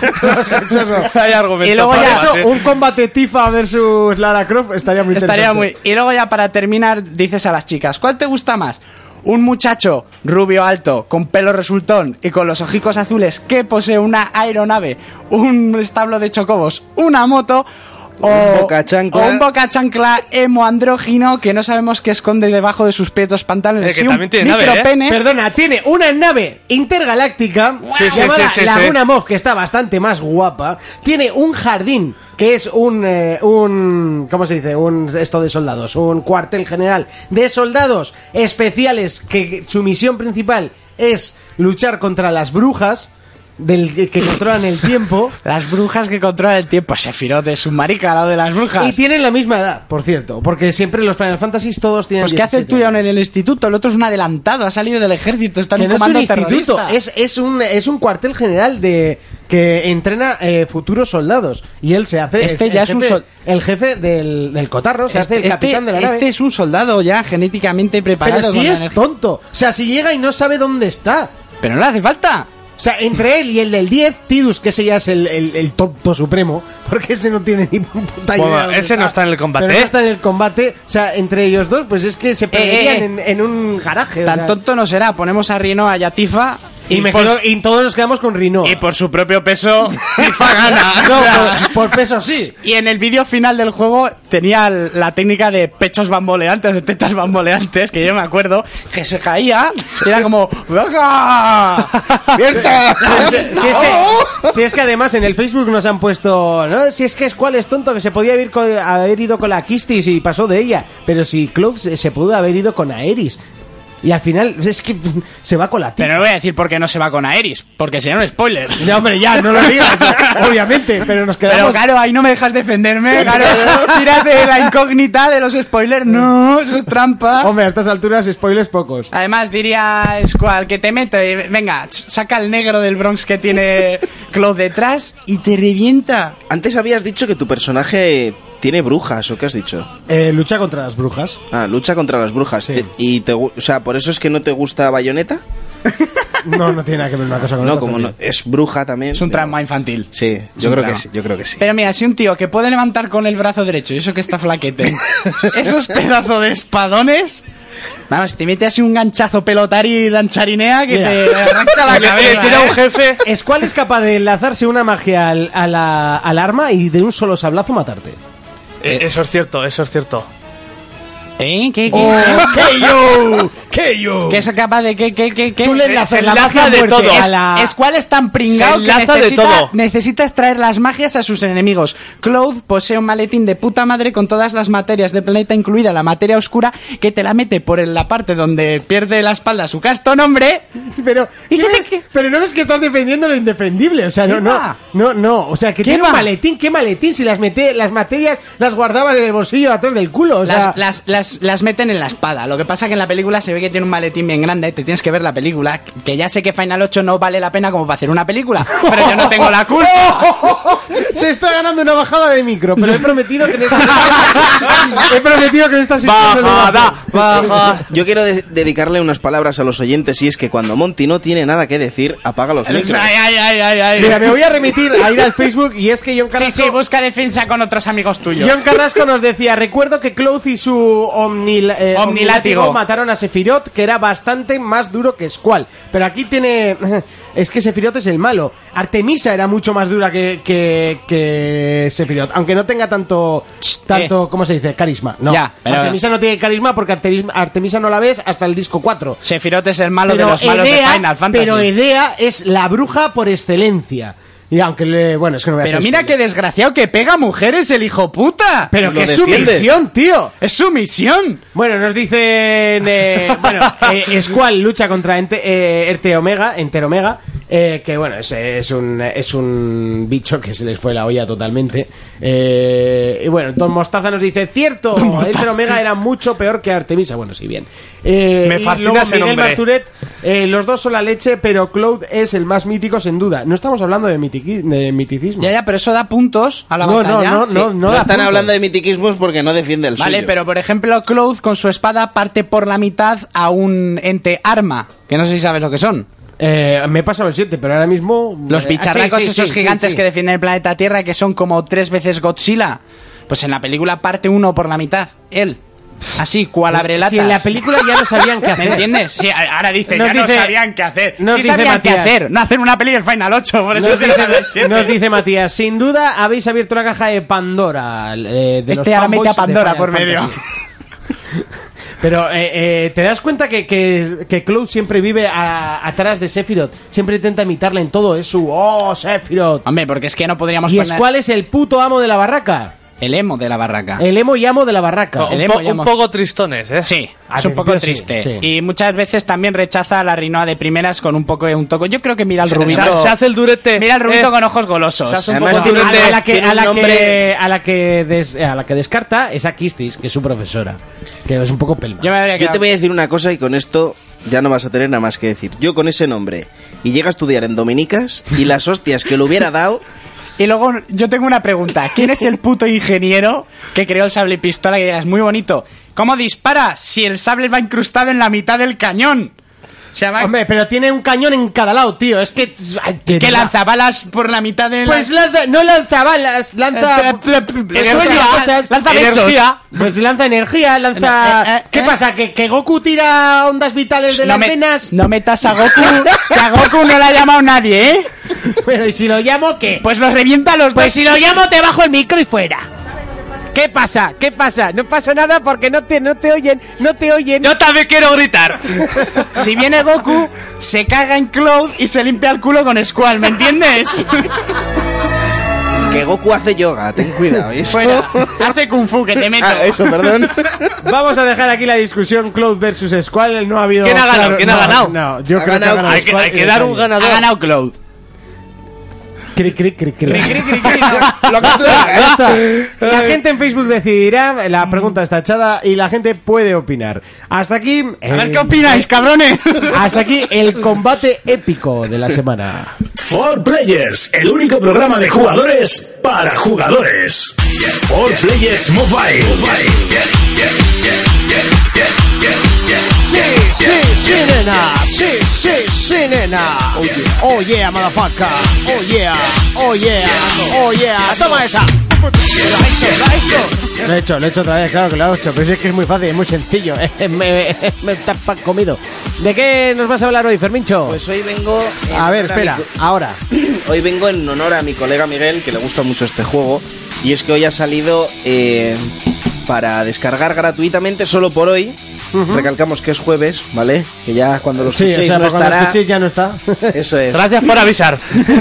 no hay argumento Y luego para ya Eso, debate. un combate Tifa versus Lara Croft estaría muy estaría interesante. muy... Y luego ya para terminar dices a las chicas, ¿cuál te gusta más? ¿Un muchacho rubio alto, con pelo resultón y con los ojicos azules que posee una aeronave, un establo de chocobos, una moto, o Un bocachancla. o un bocachancla emo andrógino que no sabemos qué esconde debajo de sus prietos pantalones? Eh, que y un también tiene nave, micropene? Perdona, tiene una nave intergaláctica Sí, sí, llamada sí, sí, Laguna Moff, que está bastante más guapa. Tiene un jardín, que es un, eh, un... ¿Cómo se dice? Un esto de soldados. Un cuartel general de soldados especiales que su misión principal es luchar contra las brujas del que controlan el tiempo. Las brujas que controlan el tiempo. Sephiroth es un marica al lado de las brujas. Y tienen la misma edad, por cierto, porque siempre los Final Fantasy todos tienen Pues ¿qué hace el diecisiete tuyo en años. el instituto? El otro es un adelantado, ha salido del ejército, está en Que un no es un comando instituto, terrorista. es, es, un, es un cuartel general de que entrena eh, futuros soldados. Y él se hace... Este el ya es un jefe- sol- El jefe del, del cotarro, se hace el Este, capitán de la nave. este es un soldado ya genéticamente preparado. Pero si con la es energía- tonto. O sea, si llega y no sabe dónde está. Pero no le hace falta. O sea, entre él y el del diez, Tidus, que ese ya es el, el, el tonto supremo, porque ese no tiene ni puta idea. Bueno, de dónde ese no está en el combate. Pero no está en el combate. O sea, entre ellos dos, pues es que se perderían eh. en, en un garaje. o Tan sea. tonto no será. Ponemos a Rino, a Yatifa Y, me por, quedo- y todos nos quedamos con Rino. y por su propio peso, Tifa gana. No, O sea, por, por peso sí. Y en el vídeo final del juego tenía l- la técnica de pechos bamboleantes, de tetas bamboleantes, que yo me acuerdo, que se caía y era como ¡Venga! ¡Abierta! Si, si es que, si es que además en el Facebook nos han puesto, ¿no? Si es que Squall es tonto, que se podía haber, con- haber ido con la Kistis y pasó de ella. Pero si Cloud se, se pudo haber ido con Aeris. Y al final es que se va con la tía. Pero no voy a decir por qué no se va con Aeris, porque sería un spoiler. Ya, hombre, ya, no lo digas, obviamente, pero nos Pero quedamos... claro, ahí no me dejas defenderme, claro. Tírate la incógnita de los spoilers. No, eso es trampa. Hombre, a estas alturas spoilers pocos. Además diría Squall que te mete, venga, ch- saca el negro del Bronx que tiene Claude detrás y te revienta. Antes habías dicho que tu personaje tiene brujas, ¿o qué has dicho? Eh, lucha contra las brujas. Ah, lucha contra las brujas. Sí. Te- y te, gu- o sea, ¿por eso es que no te gusta Bayonetta? No, no tiene nada que ver una cosa con No, otra. como no, es bruja también. Es un pero- trauma infantil. Sí, Es yo un creo que trauma. sí, yo creo que sí. Pero mira, si un tío que puede levantar con el brazo derecho y eso que está flaquete, esos pedazos de espadones, vamos, te mete así un ganchazo pelotari y lancharinea que Mira. te arranca la Le- le cabeza. tira ¿eh? un jefe. Squall es capaz de enlazarse una magia al, a la, al arma y de un solo sablazo matarte. Eh, eso es cierto, eso es cierto. ¿Eh? ¿Qué, qué? ¡Oh, K O! ¿Qué yo? Que es capaz de que, que, que, que Tú le enlazas se la enlaza magia a de muerte todo. a Es, la- Squall es tan pringado Se que enlaza de necesita, todo. necesita extraer las magias a sus enemigos. Cloud posee un maletín de puta madre con todas las materias del planeta, incluida la materia oscura, que te la mete por en la parte donde pierde la espalda su casto nombre. Pero, ¿Y ¿no se ves- te- pero no ves que estás defendiendo lo indefendible. O sea, ¿Qué no, no, va? no, no. O sea, que ¿Qué tiene un va? maletín. ¿Qué maletín? Si las mete, las materias las guardaban en el bolsillo de atrás del culo. O sea, Las, las, las, las meten en la espada. Lo que pasa que en la película se ve que tiene un maletín bien grande. Te tienes que ver la película. Que ya sé que Final ocho no vale la pena como para hacer una película. Pero yo no tengo la culpa. se está ganando una bajada de micro, pero he prometido que en esta he prometido que en esta sección no le va a hacer. Bajada, baja. Yo quiero de- dedicarle unas palabras a los oyentes y es que cuando Monty no tiene nada que decir, apaga los micros. Ay, ay, ay, ay, ay. Mira, me voy a remitir a ir al Facebook y es que John Sí, Carrasco, sí, busca defensa con otros amigos tuyos. John Carrasco nos decía, recuerdo que Cloud y su omnil, eh, Omnilátigo. omnilátigo mataron a Sephiroth, que era bastante más duro que Squall. Pero aquí tiene... Es que Sephiroth es el malo. Artemisa era mucho más dura que, que, que Sephiroth, aunque no tenga tanto... tanto eh. ¿Cómo se dice? Carisma. No, Ya, pero- Artemisa no tiene carisma porque Artemis- Artemisa no la ves hasta el disco cuatro. Sephiroth es el malo Pero de los malos Edea- de Final Fantasy. Pero Edea es la bruja por excelencia. Y aunque le... Bueno, es que no voy a Pero hacer mira spoiler. qué desgraciado que pega mujeres el hijo puta. Pero Lo que es su defiendes. misión, tío. Es su misión. Bueno, nos dicen... eh, bueno, eh, Squall lucha contra Ente, eh, Erte Omega, Enter Omega, eh, que bueno, es, es, un, es un bicho que se les fue la olla totalmente. Eh, y bueno, Don Mostaza nos dice, cierto, Enter Omega era mucho peor que Artemisa. Bueno, sí, bien. Eh, Me y fascina luego ese Miguel nombre. Marturet, eh, los dos son la leche, pero Cloud es el más mítico sin duda. No estamos hablando de, mitiqui- de miticismo. Ya, ya, pero eso da puntos a la No, no, batalla. no, Sí. no, no No da están puntos. hablando de mitiquismos porque no defiende el Vale, suyo. pero por ejemplo, Cloud con su espada parte por la mitad a un ente arma, que no sé si sabes lo que son. Eh, me he pasado el siete, pero ahora mismo... Los eh, bicharracos sí, sí, esos sí, gigantes sí, sí. que defienden el planeta Tierra, que son como tres veces Godzilla. Pues en la película parte uno por la mitad, él. Así, cual abrelatas. Si en la película ya no sabían qué hacer. ¿Me entiendes? Sí, ahora dicen, Nos ya dice- no sabían qué hacer. nos Sí dice sabían Matías. qué hacer. No hacer una peli del Final ocho, por eso Nos tienen la dice, siete. nos dice Matías, sin duda habéis abierto una caja de Pandora. eh, de Este los ahora mete a fanboys de Pandora Final por medio. Fantasy. Pero eh, eh, te das cuenta que, que, que Cloud siempre vive a- atrás de Sephiroth. Siempre intenta imitarle en todo. Es su oh, Sephiroth. Hombre, porque es que no podríamos Y poner Squall es el puto amo de la barraca. el emo de la barraca. El emo y amo de la barraca. Un, El po- emo, ya un hemos- poco tristones, ¿eh? Sí, Al es un poco principio sí, triste. sí. Y muchas veces también rechaza a la Rinoa de primeras con un poco de un toco. Yo creo que mira al Se, rubito. se hace el durete. Mira al rubito Eh, con ojos golosos. se hace un Además poco tiene a, un durete. a la que, tiene a un la nombre- que a la que des- a la que descarta es a Kistis, que es su profesora, que es un poco pelma. Yo me habría Yo te quedado- voy a decir una cosa y con esto ya no vas a tener nada más que decir. Yo con ese nombre y llega a estudiar en Dominicas y las hostias que le hubiera dado... Y luego yo tengo una pregunta. ¿Quién es el puto ingeniero que creó el sable y pistola? Que digas, muy bonito. ¿Cómo dispara si el sable va incrustado en la mitad del cañón? O sea, va... Hombre, pero tiene un cañón en cada lado, tío. Es que ay, de ¿Qué verdad. lanza balas por la mitad de la... Pues lanza, no lanza balas, lanza Energía, sueños, cosas. lanza besos. Energía. Pues lanza energía, lanza. Eh, eh, ¿Qué eh. pasa? ¿Que, que Goku tira ondas vitales de no, las me- venas? no metas a Goku, que a Goku no le ha llamado nadie, ¿eh? Pero ¿y si lo llamo qué? Pues los revienta a los Pues dos. si lo llamo te bajo el micro y fuera. ¿Qué pasa? ¿Qué pasa? No pasa nada porque no te, no te oyen, no te oyen. Yo también quiero gritar. Si viene Goku, se caga en Cloud y se limpia el culo con Squall, ¿me entiendes? Que Goku hace yoga, ten cuidado. ¿eso? Fuera, hace kung fu, que te meto. Ah, eso, perdón. Vamos a dejar aquí la discusión Cloud versus Squall. No ha habido. ¿Quién ha ganado? ¿Quién ha no, ganado? No, yo Ha creo que ha ganado- ganado Hay que, Squall hay y que dar un Squall. ganador. Ha ganado Cloud. Cri, cri, cri, cri. Lo que sea. Ya está. La gente en Facebook decidirá, la pregunta está echada y la gente puede opinar. Hasta aquí. A ver eh, qué opináis, cabrones. Hasta aquí el combate épico de la semana. For Players, el único programa de jugadores para jugadores. For Players Mobile. Sí, sí, sí, nena. Sí, sí, sí, nena. Oh yeah, motherfucker. Oh yeah, oh yeah, oh yeah. Toma esa. Lo he hecho, lo he hecho otra vez, claro que lo he hecho. Pero si es que es muy fácil, es muy sencillo. me, me está pa- comido. ¿De qué nos vas a hablar hoy, Fermincho? Pues hoy vengo... en a ver, honor espera, mi co- ahora. Hoy vengo en honor a mi colega Miguel, que le gusta mucho este juego. Y es que hoy ha salido eh, para descargar gratuitamente, solo por hoy, Uh-huh. Recalcamos que es jueves, ¿vale? Que ya cuando lo escuchéis sí, o sea, no cuando estará. lo escuchéis ya no está. Eso es. Gracias por avisar.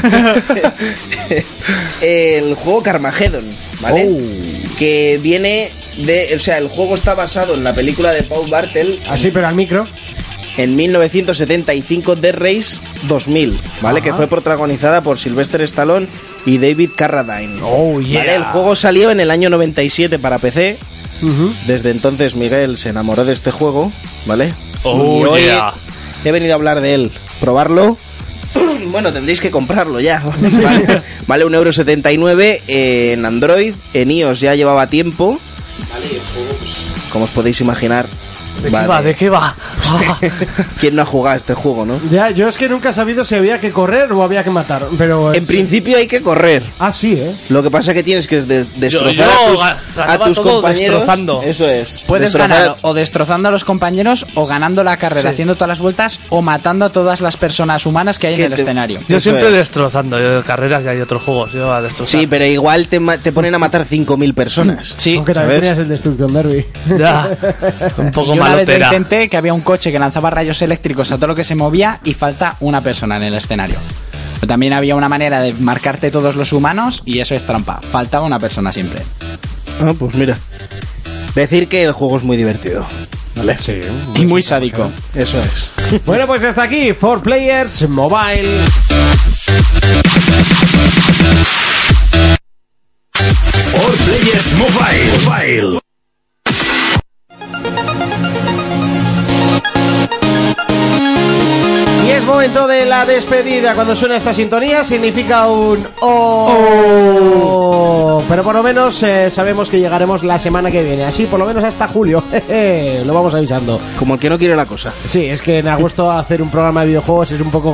El juego Carmageddon, ¿vale? Oh. Que viene de... O sea, el juego está basado en la película de Paul Bartel. Así, pero al micro. En mil novecientos setenta y cinco, The Race dos mil, ¿vale? Ajá. Que fue protagonizada por Sylvester Stallone y David Carradine. Oh, yeah. ¿Vale? El juego salió en el año noventa y siete para P C. Uh-huh. Desde entonces Miguel se enamoró de este juego, ¿vale? Oh, y hoy yeah. he venido a hablar de él, probarlo. Bueno, tendréis que comprarlo ya. Vale, vale un euro setenta y nueve en Android, en iOS ya llevaba tiempo. Vale, el juego, pues, como os podéis imaginar. ¿De qué va? ¿De qué va? ¿Quién no ha jugado a este juego, no? Ya, yo es que nunca he sabido si había que correr o había que matar, pero... En principio hay que correr. Ah, sí, ¿eh? Lo que pasa es que tienes que de- destrozar Yo- yo a tus, ga- a ganaba tus todo compañeros. destrozando. Eso es. Puedes Destrozar- ganar o destrozando a los compañeros o ganando la carrera, Sí. haciendo todas las vueltas o matando a todas las personas humanas que hay Que en el te- escenario. Yo Eso siempre es. destrozando. Yo de carreras y hay otros juegos. Yo a destrozar. Sí, pero igual te, ma- te ponen a matar cinco mil personas. Sí, Aunque también ¿sabes? tenías el Destruction Derby. Ya. Un poco y una vez lo malotera. intenté que había un coche que lanzaba rayos eléctricos a todo lo que se movía y falta una persona en el escenario. Pero también había una manera de marcarte todos los humanos y eso es trampa. Faltaba una persona siempre. Ah, pues mira. Decir que el juego es muy divertido. ¿Vale? Sí. Y muy sádico. Eso es. Bueno, pues hasta aquí, cuatro Players Mobile. All Players Mobile. Mobile. Y es momento de la despedida. Cuando suena esta sintonía significa un oh. Pero por lo menos eh, sabemos que llegaremos la semana que viene. Así por lo menos hasta julio. Jeje, lo vamos avisando. Como el que no quiere la cosa. Sí, es que en agosto hacer un programa de videojuegos es un poco...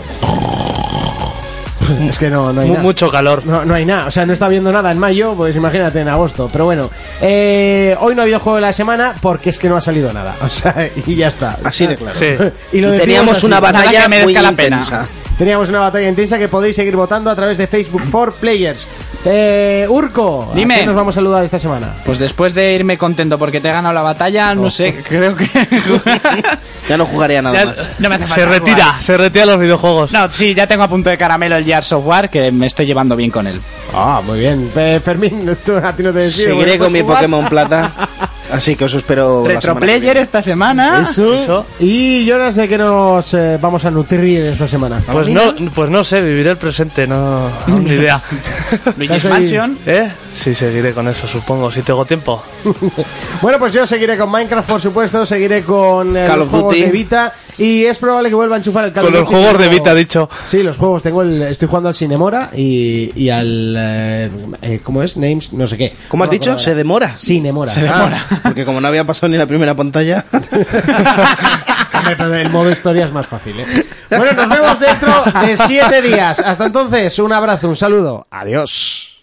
Es que no, no hay Mu- nada. Mucho calor. No, no hay nada, o sea, no está viendo nada en mayo, pues imagínate en agosto. Pero bueno, eh, hoy no ha habido juego de la semana porque es que no ha salido nada. O sea, y ya está. Así de claro. Sí. Y lo Y decimos teníamos así. una Nada batalla que muy merezca la pena. intensa. Teníamos una batalla intensa que podéis seguir votando a través de Facebook for Players. Eh, Urco, Dime. ¿a quién nos vamos a saludar esta semana? Pues después de irme contento porque te he ganado la batalla, no sé, creo que... Ya no jugaría nada Ya- más. no me hace falta se retira, jugar. se retira los videojuegos. No, sí, ya tengo a punto de caramelo el Gears Software, que me estoy llevando bien con él. Ah, muy bien. Eh, Fermín, tú, a ti no te decides. Seguiré Bueno, con mi pues jugar. Pokémon Plata. Así que os espero. la semana que Retroplayer viene. esta semana. Eso. Y yo no sé qué nos eh, vamos a nutrir esta semana. Pues no, pues no sé, viviré el presente, no, no ni idea. Luigi's Estás ahí. Mansion. ¿Eh? Sí, seguiré con eso, supongo, si tengo tiempo. Bueno, pues yo seguiré con Minecraft, por supuesto, seguiré con eh, Call los of juegos Duty. de Vita y es probable que vuelva a enchufar el Call Con of los Duty. juegos de Tengo- Vita, dicho. Sí, los juegos, tengo el, estoy jugando al Cinemora y, y al... Eh, eh, ¿Cómo es? Names, no sé qué. ¿Cómo has No me dicho? acuerdo ¿Se ahora. demora? Cinemora. Se demora. Ah, porque como no había pasado ni la primera pantalla. Hombre, pero el modo historia es más fácil, ¿eh? Bueno, nos vemos dentro de siete días. Hasta entonces, un abrazo, un saludo. Adiós.